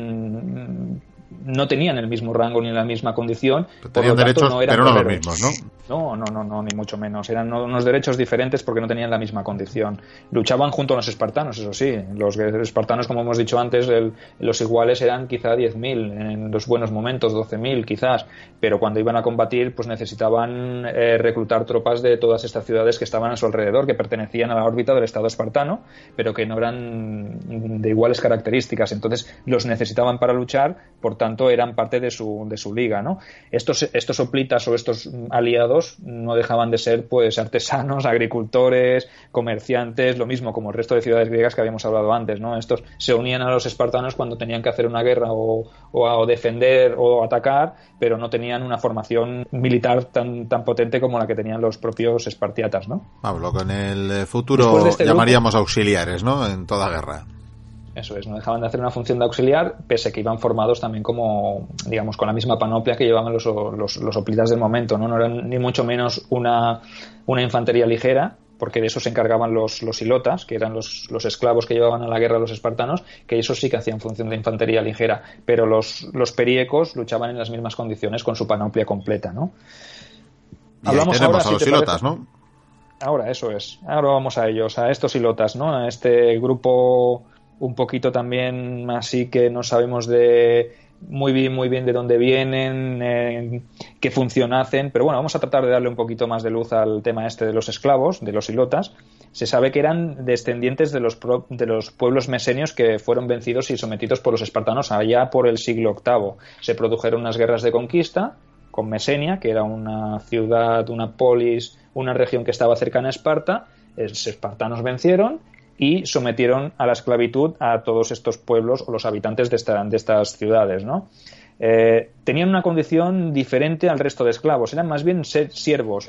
B: no tenían el mismo rango ni la misma condición.
A: Tenían derechos, pero no los mismos, ¿no?
B: No, ni mucho menos. Eran unos derechos diferentes porque no tenían la misma condición. Luchaban junto a los espartanos, eso sí. Los espartanos, como hemos dicho antes, los iguales eran quizá 10.000, en los buenos momentos 12.000 quizás, pero cuando iban a combatir pues necesitaban reclutar tropas de todas estas ciudades que estaban a su alrededor, que pertenecían a la órbita del Estado espartano, pero que no eran de iguales características. Entonces los necesitaban para luchar, por tanto eran parte de su liga, ¿no? Estos hoplitas o estos aliados no dejaban de ser pues artesanos, agricultores, comerciantes, lo mismo como el resto de ciudades griegas que habíamos hablado antes, ¿no? Estos se unían a los espartanos cuando tenían que hacer una guerra o defender o atacar, pero no tenían una formación militar tan potente como la que tenían los propios espartiatas, ¿no?
A: Lo que en el futuro llamaríamos auxiliares, ¿no? En toda guerra.
B: Eso es, no dejaban de hacer una función de auxiliar, pese a que iban formados también como, digamos, con la misma panoplia que llevaban los hoplitas del momento, ¿no? No eran ni mucho menos una infantería ligera, porque de eso se encargaban los ilotas, que eran los esclavos que llevaban a la guerra a los espartanos, que esos sí que hacían función de infantería ligera, pero los periecos luchaban en las mismas condiciones con su panoplia completa, ¿no?
A: Y hablamos ahora, a los ilotas, ¿no?
B: Ahora, eso es. Ahora vamos a ellos, a estos ilotas, ¿no? A este grupo un poquito también así que no sabemos muy bien de dónde vienen, qué función hacen, pero bueno, vamos a tratar de darle un poquito más de luz al tema este de los esclavos, de los ilotas. Se sabe que eran descendientes de los pueblos mesenios que fueron vencidos y sometidos por los espartanos allá por el siglo VIII. Se produjeron unas guerras de conquista con Mesenia, que era una ciudad, una polis, una región que estaba cercana a Esparta. Los espartanos vencieron y sometieron a la esclavitud a todos estos pueblos o los habitantes de estas ciudades, ¿no? Tenían una condición diferente al resto de esclavos, eran más bien siervos,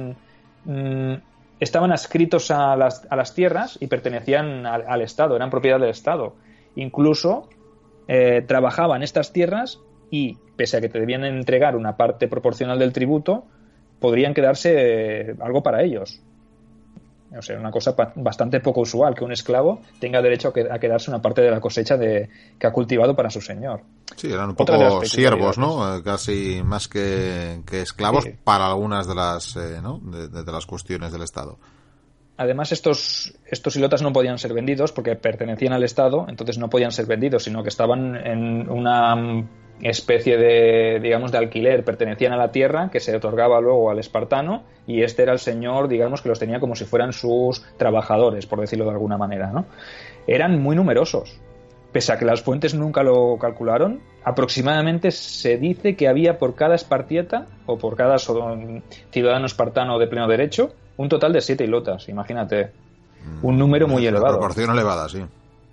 B: estaban adscritos a las tierras y pertenecían al Estado, eran propiedad del Estado. Incluso trabajaban estas tierras y, pese a que te debían entregar una parte proporcional del tributo, podrían quedarse algo para ellos. O sea, una cosa bastante poco usual que un esclavo tenga derecho a quedarse una parte de la cosecha que ha cultivado para su señor.
A: Sí, eran un poco siervos, ¿no? Casi más que esclavos, sí, para algunas de las de las cuestiones del Estado.
B: Además, estos ilotas no podían ser vendidos porque pertenecían al Estado, entonces no podían ser vendidos, sino que estaban en una especie de alquiler, pertenecían a la tierra que se otorgaba luego al espartano y este era el señor, digamos, que los tenía como si fueran sus trabajadores, por decirlo de alguna manera, ¿no? Eran muy numerosos, pese a que las fuentes nunca lo calcularon. Aproximadamente se dice que había por cada espartiata o por cada ciudadano espartano de pleno derecho un total de 7 ilotas, imagínate, un número muy elevado.
A: Una proporción elevada, sí.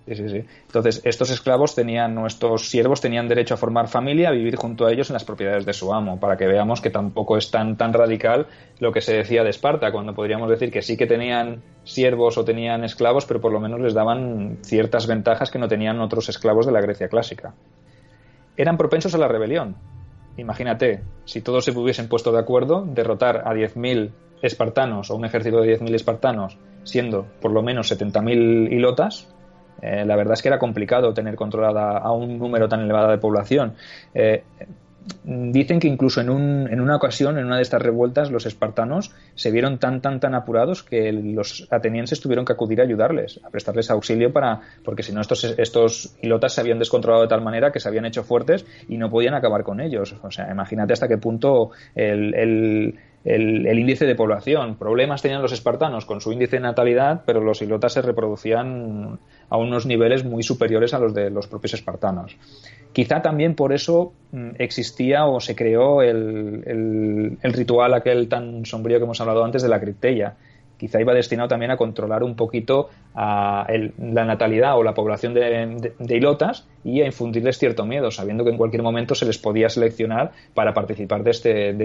B: Sí. Entonces, estos siervos tenían derecho a formar familia, a vivir junto a ellos en las propiedades de su amo, para que veamos que tampoco es tan radical lo que se decía de Esparta, cuando podríamos decir que sí que tenían siervos o tenían esclavos, pero por lo menos les daban ciertas ventajas que no tenían otros esclavos de la Grecia clásica. Eran propensos a la rebelión. Imagínate, si todos se hubiesen puesto de acuerdo, derrotar a 10.000 espartanos o un ejército de 10.000 espartanos, siendo por lo menos 70.000 hilotas, la verdad es que era complicado tener controlada a un número tan elevado de población. Dicen que incluso en una ocasión, en una de estas revueltas, los espartanos se vieron tan apurados que los atenienses tuvieron que acudir a ayudarles, a prestarles auxilio porque si no estos hilotas se habían descontrolado de tal manera que se habían hecho fuertes y no podían acabar con ellos. O sea, imagínate hasta qué punto el índice de población. Problemas tenían los espartanos con su índice de natalidad, pero los hilotas se reproducían a unos niveles muy superiores a los de los propios espartanos. Quizá también por eso existía o se creó el ritual aquel tan sombrío que hemos hablado antes de la cripteia. Quizá iba destinado también a controlar un poquito la natalidad o la población de hilotas y a infundirles cierto miedo, sabiendo que en cualquier momento se les podía seleccionar para participar de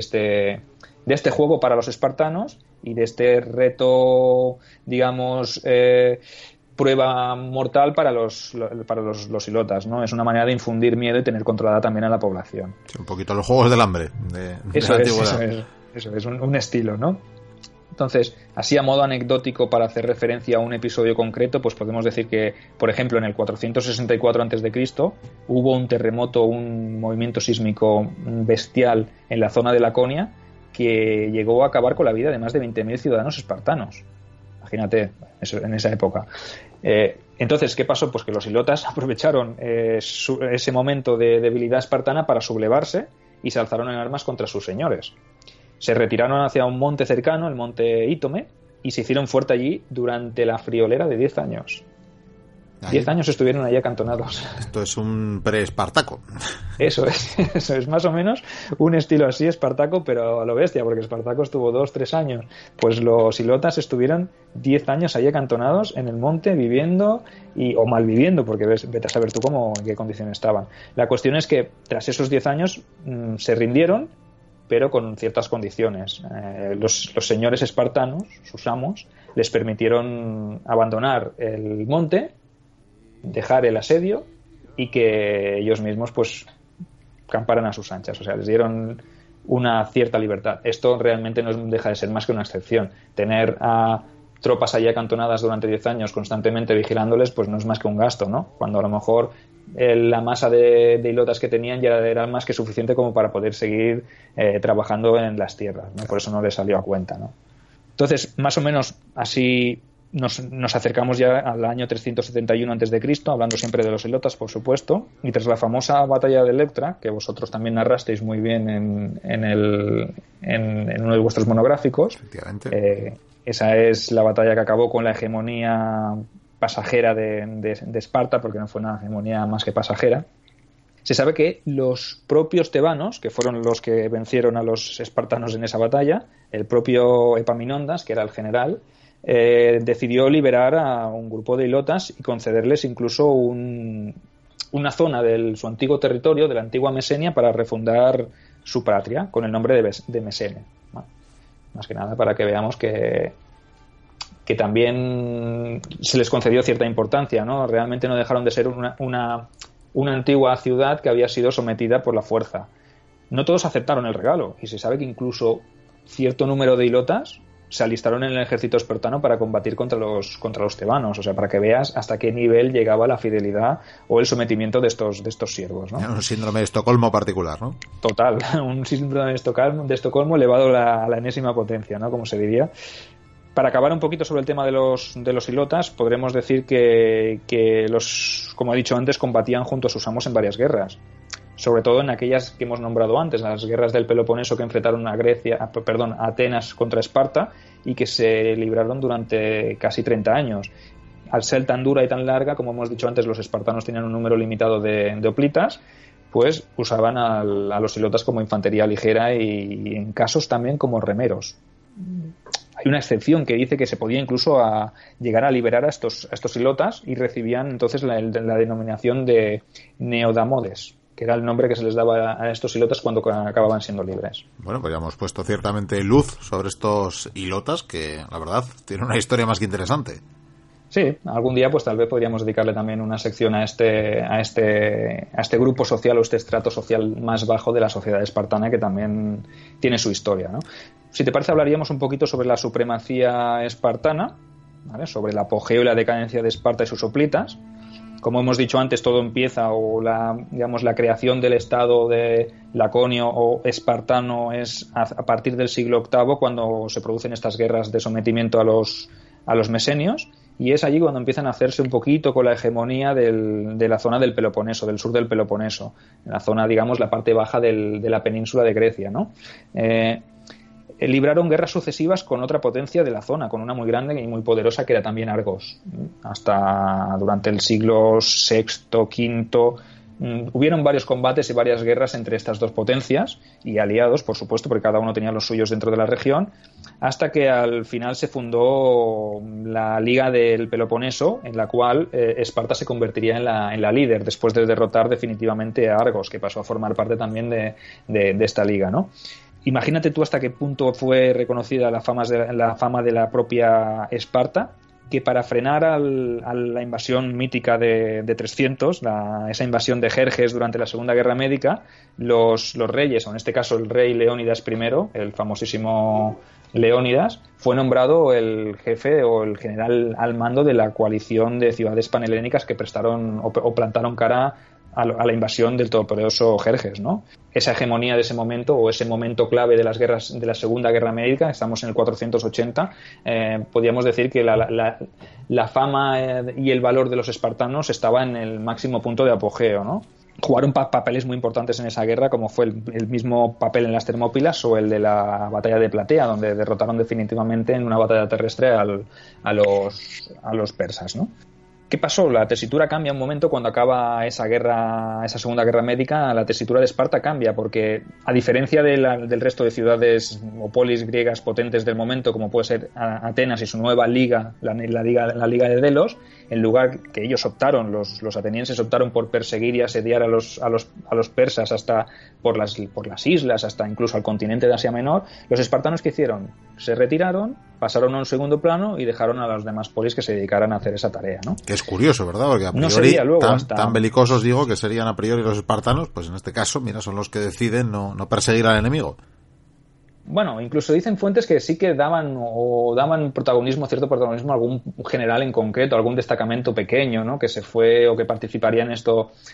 B: este juego para los espartanos y de este reto, digamos, prueba mortal para los hilotas, ¿no? Es una manera de infundir miedo y tener controlada también a la población.
A: Sí, un poquito los juegos del hambre de la antigüedad.
B: Eso es un estilo, ¿no? Entonces, así a modo anecdótico, para hacer referencia a un episodio concreto, pues podemos decir que, por ejemplo, en el 464 a.C. hubo un terremoto, un movimiento sísmico bestial en la zona de Laconia que llegó a acabar con la vida de más de 20.000 ciudadanos espartanos. Imagínate, eso en esa época. Entonces, ¿qué pasó? Pues que los hilotas aprovecharon ese momento de debilidad espartana para sublevarse y se alzaron en armas contra sus señores. Se retiraron hacia un monte cercano, el monte Ítome, y se hicieron fuerte allí durante la friolera de 10 años. 10 años estuvieron allí acantonados.
A: Esto es un pre-Espartaco.
B: Eso es más o menos un estilo así, Espartaco, pero a lo bestia, porque Espartaco estuvo 2-3 años. Pues los hilotas estuvieron 10 años allí acantonados en el monte, viviendo o malviviendo, porque vete a saber tú en qué condiciones estaban. La cuestión es que tras esos 10 años se rindieron, pero con ciertas condiciones. Los señores espartanos, sus amos, les permitieron abandonar el monte, dejar el asedio y que ellos mismos pues camparan a sus anchas. O sea, les dieron una cierta libertad. Esto realmente no deja de ser más que una excepción. Tener a tropas allí acantonadas durante 10 años constantemente vigilándoles, pues no es más que un gasto, ¿no? Cuando a lo mejor la masa de hilotas que tenían ya era más que suficiente como para poder seguir trabajando en las tierras, ¿no? Por eso no les salió a cuenta, ¿no? Entonces, más o menos así nos acercamos ya al año 371 a.C., hablando siempre de los hilotas, por supuesto, y tras la famosa batalla de Electra, que vosotros también narrasteis muy bien en uno de vuestros monográficos. Esa es la batalla que acabó con la hegemonía pasajera de Esparta, porque no fue una hegemonía más que pasajera. Se sabe que los propios tebanos, que fueron los que vencieron a los espartanos en esa batalla, el propio Epaminondas, que era el general, decidió liberar a un grupo de hilotas y concederles incluso una zona de su antiguo territorio, de la antigua Mesenia, para refundar su patria con el nombre de Mesene. Bueno, más que nada para que veamos que también se les concedió cierta importancia, ¿no? Realmente no dejaron de ser una antigua ciudad que había sido sometida por la fuerza. No todos aceptaron el regalo y se sabe que incluso cierto número de hilotas se alistaron en el ejército espartano para combatir contra los tebanos. O sea, para que veas hasta qué nivel llegaba la fidelidad o el sometimiento de estos siervos, ¿no?
A: Un síndrome de Estocolmo particular, ¿no?
B: Total, un síndrome de Estocolmo elevado a la enésima potencia, ¿no? Como se diría. Para acabar un poquito sobre el tema de los hilotas, podremos decir que como he dicho antes, combatían junto a sus amos en varias guerras. Sobre todo en aquellas que hemos nombrado antes, las guerras del Peloponeso que enfrentaron a Atenas contra Esparta y que se libraron durante casi 30 años. Al ser tan dura y tan larga, como hemos dicho antes, los espartanos tenían un número limitado de hoplitas, pues usaban a los hilotas como infantería ligera y en casos también como remeros. Hay una excepción que dice que se podía incluso llegar a liberar a estos ilotas y recibían entonces la denominación de neodamodes, que era el nombre que se les daba a estos ilotas cuando acababan siendo libres.
A: Bueno, pues ya hemos puesto ciertamente luz sobre estos ilotas, que la verdad tienen una historia más que interesante.
B: Sí, algún día pues tal vez podríamos dedicarle también una sección a este grupo social o este estrato social más bajo de la sociedad espartana, que también tiene su historia, ¿no? Si te parece, hablaríamos un poquito sobre la supremacía espartana, ¿vale? Sobre el apogeo y la decadencia de Esparta y sus hoplitas. Como hemos dicho antes, todo empieza, o la creación del estado de laconio o espartano es a partir del siglo VIII, cuando se producen estas guerras de sometimiento a los mesenios, y es allí cuando empiezan a hacerse un poquito con la hegemonía de la zona del Peloponeso, del sur del Peloponeso, en la zona, digamos, la parte baja de la península de Grecia, ¿no? Libraron guerras sucesivas con otra potencia de la zona, con una muy grande y muy poderosa que era también Argos. Hasta durante el siglo VI, V, hubieron varios combates y varias guerras entre estas dos potencias y aliados, por supuesto, porque cada uno tenía los suyos dentro de la región, hasta que al final se fundó la Liga del Peloponeso, en la cual Esparta se convertiría en la líder, después de derrotar definitivamente a Argos, que pasó a formar parte también de esta liga, ¿no? Imagínate tú hasta qué punto fue reconocida la fama de la propia Esparta, que para frenar a la invasión mítica de 300, esa invasión de Jerjes durante la Segunda Guerra Médica, los reyes, o en este caso el rey Leónidas I, el famosísimo Leónidas, fue nombrado el jefe o el general al mando de la coalición de ciudades panhelénicas que prestaron o plantaron cara a la invasión del todopoderoso Jerjes, ¿no? Esa hegemonía de ese momento, o ese momento clave de las guerras de la Segunda Guerra Médica, estamos en el 480, podríamos decir que la fama y el valor de los espartanos estaba en el máximo punto de apogeo, ¿no? Jugaron papeles muy importantes en esa guerra, como fue el mismo papel en las Termópilas o el de la batalla de Platea, donde derrotaron definitivamente en una batalla terrestre a los persas, ¿no? ¿Qué pasó? La tesitura cambia un momento cuando acaba esa Segunda Guerra Médica. La tesitura de Esparta cambia, porque a diferencia del resto de ciudades o polis griegas potentes del momento, como puede ser Atenas y su nueva liga, la liga de Delos, en lugar que ellos optaron, los atenienses optaron por perseguir y asediar a los persas hasta por las islas, hasta incluso al continente de Asia Menor, los espartanos, ¿qué hicieron? Se retiraron, pasaron a un segundo plano y dejaron a las demás polis que se dedicaran a hacer esa tarea, ¿no?
A: Que es curioso, ¿verdad? Porque a priori tan belicosos, digo, que serían a priori los espartanos, pues en este caso, mira, son los que deciden no perseguir al enemigo.
B: Bueno, incluso dicen fuentes que sí que daban cierto protagonismo a algún general en concreto, algún destacamento pequeño, ¿no? Que se fue o que participaría en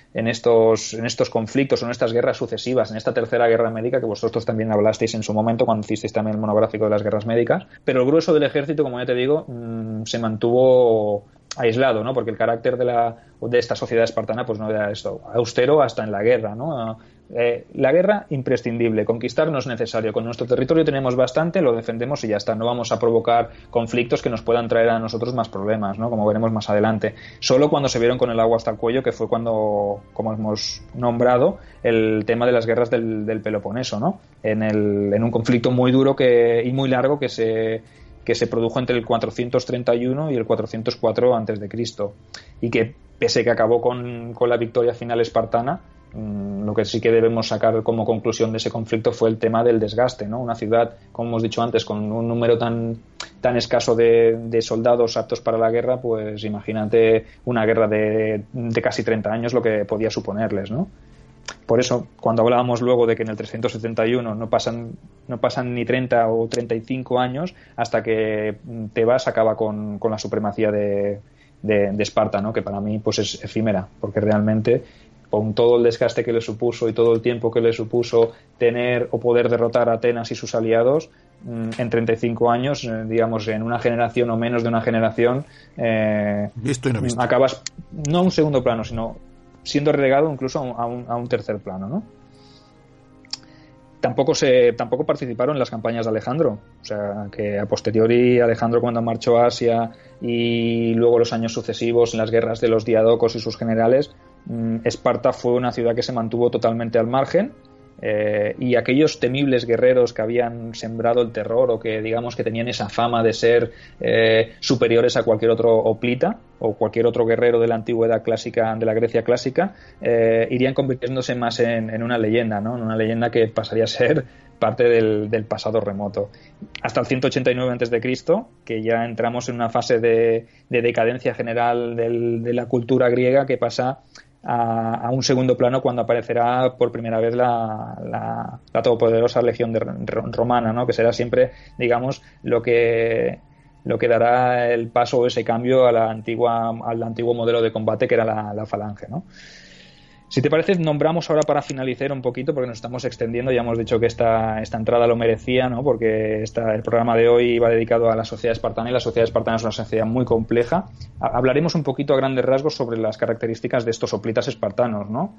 B: estos conflictos o en estas guerras sucesivas, en esta tercera guerra médica que vosotros también hablasteis en su momento cuando hicisteis también el monográfico de las guerras médicas. Pero el grueso del ejército, como ya te digo, se mantuvo aislado, ¿no? Porque el carácter de esta sociedad espartana pues no era esto, austero hasta en la guerra, ¿no? La guerra imprescindible, conquistar no es necesario, con nuestro territorio tenemos bastante, lo defendemos y ya está, no vamos a provocar conflictos que nos puedan traer a nosotros más problemas, ¿no? Como veremos más adelante. Solo cuando se vieron con el agua hasta el cuello, que fue cuando, como hemos nombrado, el tema de las guerras del Peloponeso, ¿no? En un conflicto muy duro y muy largo que se produjo entre el 431 y el 404 a.C. y que, pese que acabó con la victoria final espartana, lo que sí que debemos sacar como conclusión de ese conflicto fue el tema del desgaste, ¿no? Una ciudad, como hemos dicho antes, con un número tan escaso de soldados aptos para la guerra, pues imagínate una guerra de casi 30 años lo que podía suponerles, ¿no? Por eso, cuando hablábamos luego de que en el 371 no pasan ni 30 o 35 años hasta que Tebas acaba con la supremacía de Esparta, ¿no? Que para mí pues es efímera, porque realmente con todo el desgaste que le supuso y todo el tiempo que le supuso tener o poder derrotar a Atenas y sus aliados, en 35 años, digamos en una generación o menos de una generación,
A: visto y no visto.
B: Acabas no a un segundo plano, sino siendo relegado incluso a un tercer plano, ¿no? Tampoco participaron en las campañas de Alejandro, o sea que a posteriori Alejandro, cuando marchó a Asia y luego los años sucesivos en las guerras de los diadocos y sus generales, Esparta fue una ciudad que se mantuvo totalmente al margen y aquellos temibles guerreros que habían sembrado el terror o que digamos que tenían esa fama de ser superiores a cualquier otro hoplita o cualquier otro guerrero de la antigüedad clásica, de la Grecia clásica, irían convirtiéndose más en una leyenda, ¿no? En una leyenda que pasaría a ser parte del pasado remoto. Hasta el 189 a.C., que ya entramos en una fase de decadencia general de la cultura griega que pasa a un segundo plano cuando aparecerá por primera vez la todopoderosa legión romana, ¿no? Que será siempre, digamos, lo que dará el paso o ese cambio al antiguo modelo de combate que era la falange, ¿no? Si te parece, nombramos ahora para finalizar un poquito, porque nos estamos extendiendo. Ya hemos dicho que esta entrada lo merecía, ¿no? Porque el programa de hoy iba dedicado a la sociedad espartana, y la sociedad espartana es una sociedad muy compleja. Hablaremos un poquito a grandes rasgos sobre las características de estos hoplitas espartanos, ¿no?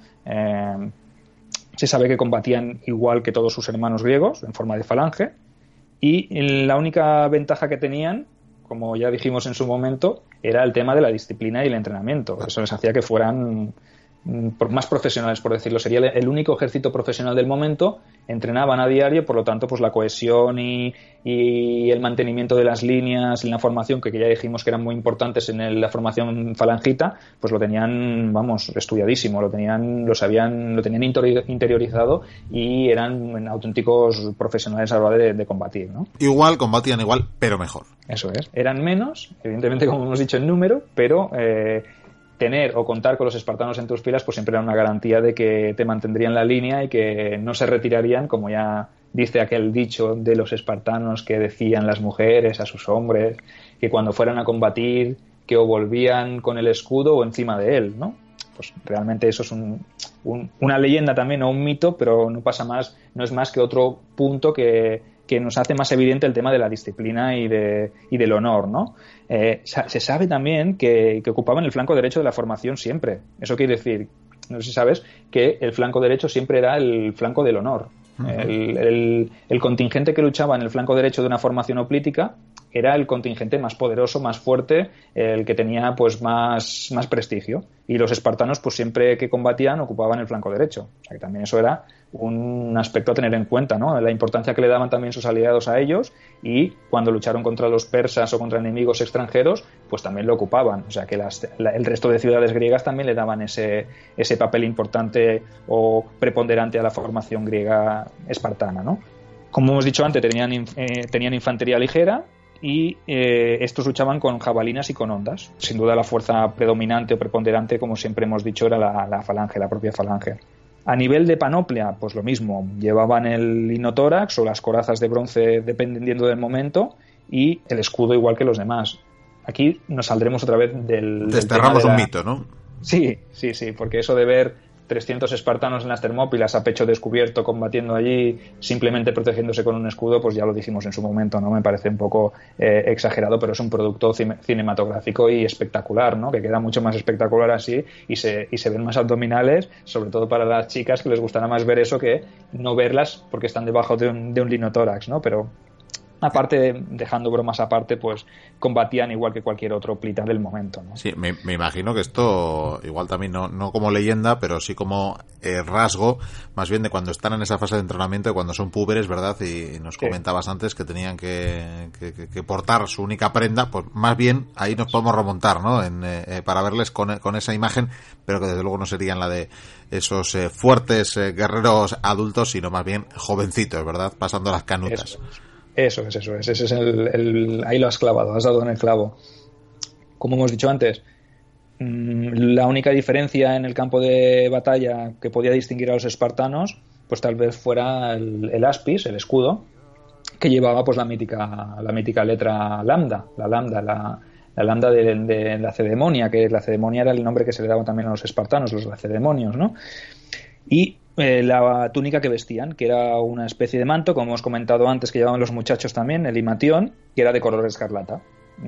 B: Se sabe que combatían igual que todos sus hermanos griegos, en forma de falange, y la única ventaja que tenían, como ya dijimos en su momento, era el tema de la disciplina y el entrenamiento. Eso les hacía que fueran más profesionales, por decirlo. Sería el único ejército profesional del momento. Entrenaban a diario, por lo tanto, pues la cohesión y el mantenimiento de las líneas en la formación, que ya dijimos que eran muy importantes en la formación falangita, pues lo tenían, vamos, estudiadísimo, lo tenían interiorizado, y eran auténticos profesionales a la hora de combatir, ¿no?
A: Combatían igual, pero mejor.
B: Eso es. Eran menos, evidentemente, como hemos dicho, en número, pero tener o contar con los espartanos en tus filas pues siempre era una garantía de que te mantendrían la línea y que no se retirarían, como ya dice aquel dicho de los espartanos que decían las mujeres a sus hombres, que cuando fueran a combatir, que o volvían con el escudo o encima de él, ¿no? Pues realmente eso es una leyenda también, o un mito, pero no es más que otro punto que nos hace más evidente el tema de la disciplina y del honor, ¿no? Se sabe también que ocupaban el flanco derecho de la formación siempre. Eso quiere decir, no sé si sabes, que el flanco derecho siempre era el flanco del honor. Uh-huh. El contingente que luchaba en el flanco derecho de una formación hoplítica era el contingente más poderoso, más fuerte, el que tenía pues más prestigio. Y los espartanos, pues siempre que combatían, ocupaban el flanco derecho. O sea que también eso era un aspecto a tener en cuenta, ¿no? La importancia que le daban también sus aliados a ellos, y cuando lucharon contra los persas o contra enemigos extranjeros, pues también lo ocupaban. O sea que el resto de ciudades griegas también le daban ese papel importante o preponderante a la formación griega espartana, ¿no? Como hemos dicho antes, tenían infantería ligera, y estos luchaban con jabalinas y con hondas. Sin duda la fuerza predominante o preponderante, como siempre hemos dicho, era la falange, la propia falange. A nivel de panoplia, pues lo mismo. Llevaban el linotórax o las corazas de bronce, dependiendo del momento, y el escudo igual que los demás. Aquí nos saldremos otra vez del
A: desterramos un mito, ¿no?
B: Sí, porque eso de ver 300 espartanos en las Termópilas a pecho descubierto combatiendo allí, simplemente protegiéndose con un escudo, pues ya lo dijimos en su momento, ¿no? Me parece un poco exagerado, pero es un producto cinematográfico y espectacular, ¿no? Que queda mucho más espectacular así, y se ven más abdominales, sobre todo para las chicas, que les gustará más ver eso que no verlas porque están debajo de un linotórax, ¿no? Pero aparte, dejando bromas aparte, pues combatían igual que cualquier otro hoplita del momento, ¿no?
A: Sí, me imagino que esto igual también no como leyenda, pero sí como rasgo, más bien de cuando están en esa fase de entrenamiento, de cuando son púberes, ¿verdad? Y nos comentabas antes que tenían que portar su única prenda, pues más bien ahí nos podemos remontar, ¿no? Para verles con esa imagen, pero que desde luego no serían la de esos fuertes guerreros adultos, sino más bien jovencitos, ¿verdad? Pasando las canutas.
B: Eso es. Ese es ahí lo has clavado, has dado en el clavo. Como hemos dicho antes, la única diferencia en el campo de batalla que podía distinguir a los espartanos, pues tal vez fuera el aspis, el escudo, que llevaba pues la mítica letra lambda, la lambda de la cedemonia, que la cedemonia era el nombre que se le daba también a los espartanos, los lacedemonios, ¿no? Y la túnica que vestían, que era una especie de manto, como hemos comentado antes, que llevaban los muchachos también, el imatión, que era de color escarlata.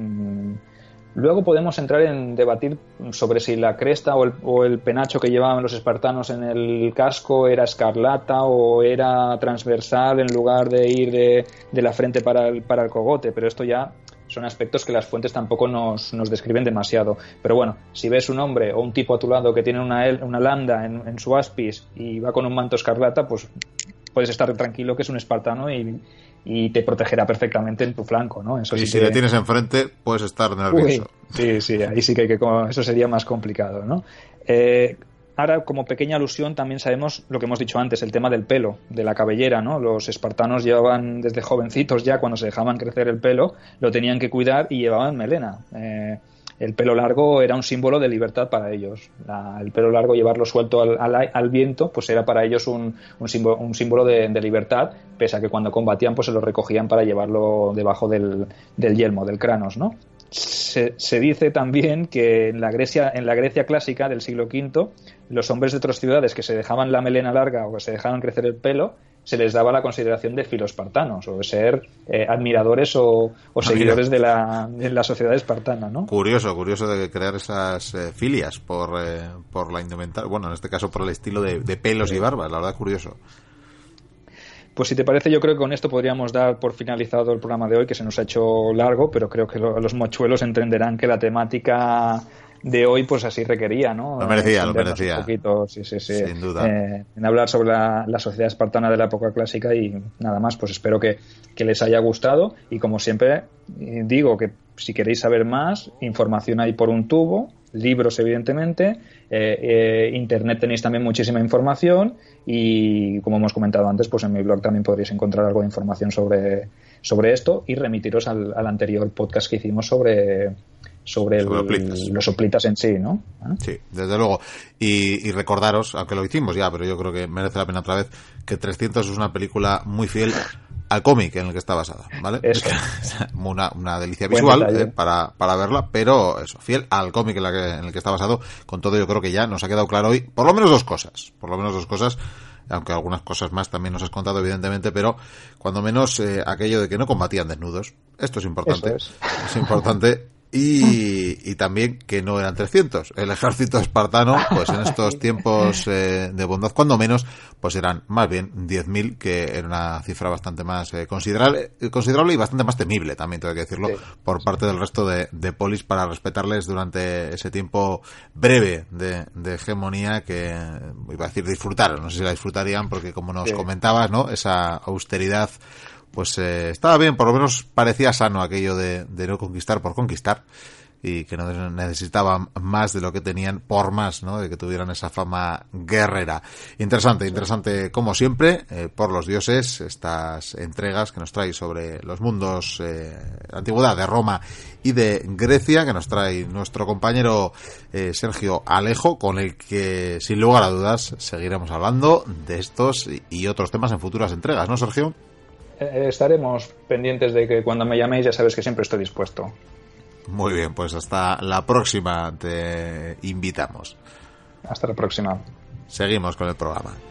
B: Luego podemos entrar en debatir sobre si la cresta o el penacho que llevaban los espartanos en el casco era escarlata o era transversal en lugar de ir de la frente para el cogote, pero esto ya son aspectos que las fuentes tampoco nos describen demasiado. Pero bueno, si ves un hombre o un tipo a tu lado que tiene una landa en su aspis y va con un manto escarlata, pues puedes estar tranquilo que es un espartano y te protegerá perfectamente en tu flanco, ¿no? Eso
A: y
B: sí
A: si le tienes enfrente, puedes estar nervioso.
B: Sí, ahí sí que eso sería más complicado, ¿no? Ahora, como pequeña alusión, también sabemos lo que hemos dicho antes, el tema del pelo, de la cabellera, ¿no? Los espartanos llevaban desde jovencitos ya, cuando se dejaban crecer el pelo, lo tenían que cuidar y llevaban melena. El pelo largo era un símbolo de libertad para ellos. El pelo largo, llevarlo suelto al viento, pues era para ellos un símbolo de libertad, pese a que cuando combatían pues se lo recogían para llevarlo debajo del yelmo, del kranos, ¿no? Se dice también que en la Grecia clásica del siglo V, los hombres de otras ciudades que se dejaban la melena larga o que se dejaban crecer el pelo, se les daba la consideración de filoespartanos o de ser admiradores o seguidores de la sociedad espartana, ¿no?
A: Curioso de crear esas filias por la indumentaria, bueno, en este caso por el estilo de pelos y barbas, la verdad, curioso.
B: Pues si te parece, yo creo que con esto podríamos dar por finalizado el programa de hoy, que se nos ha hecho largo, pero creo que los mochuelos entenderán que la temática de hoy pues así requería, ¿no?
A: Lo merecía.
B: Un poquito, sí.
A: Sin duda.
B: En hablar sobre la sociedad espartana de la época clásica y nada más, pues espero que les haya gustado y como siempre digo que si queréis saber más, información hay por un tubo, libros evidentemente, internet tenéis también muchísima información y como hemos comentado antes, pues en mi blog también podréis encontrar algo de información sobre esto y remitiros al anterior podcast que hicimos sobre los hoplitas en sí, ¿no?
A: Sí, desde luego. Y recordaros, aunque lo hicimos ya, pero yo creo que merece la pena otra vez, que 300 es una película muy fiel al cómic en el que está basada, ¿vale?
B: Eso.
A: Una delicia visual para verla, pero eso, fiel al cómic en el que está basado. Con todo, yo creo que ya nos ha quedado claro hoy, por lo menos dos cosas, aunque algunas cosas más también nos has contado, evidentemente, pero cuando menos aquello de que no combatían desnudos. Esto es importante. Es importante. Y también que no eran 300. El ejército espartano, pues en estos tiempos de bondad, cuando menos, pues eran más bien 10.000, que era una cifra bastante más considerable y bastante más temible, también tengo que decirlo, sí, por parte del resto de polis, para respetarles durante ese tiempo breve de hegemonía que, iba a decir, disfrutaron. No sé si la disfrutarían, porque como nos comentabas, ¿no? Esa austeridad, pues estaba bien, por lo menos parecía sano aquello de no conquistar por conquistar, y que no necesitaban más de lo que tenían por más, ¿no? De que tuvieran esa fama guerrera. Interesante como siempre, por los dioses, estas entregas que nos trae sobre los mundos de la antigüedad, de Roma y de Grecia, que nos trae nuestro compañero Sergio Alejo, con el que sin lugar a dudas seguiremos hablando de estos y otros temas en futuras entregas, ¿no, Sergio?
B: Estaremos pendientes de que cuando me llaméis ya sabes que siempre estoy dispuesto.
A: Muy bien, pues hasta la próxima te invitamos.
B: Hasta la próxima.
A: Seguimos con el programa.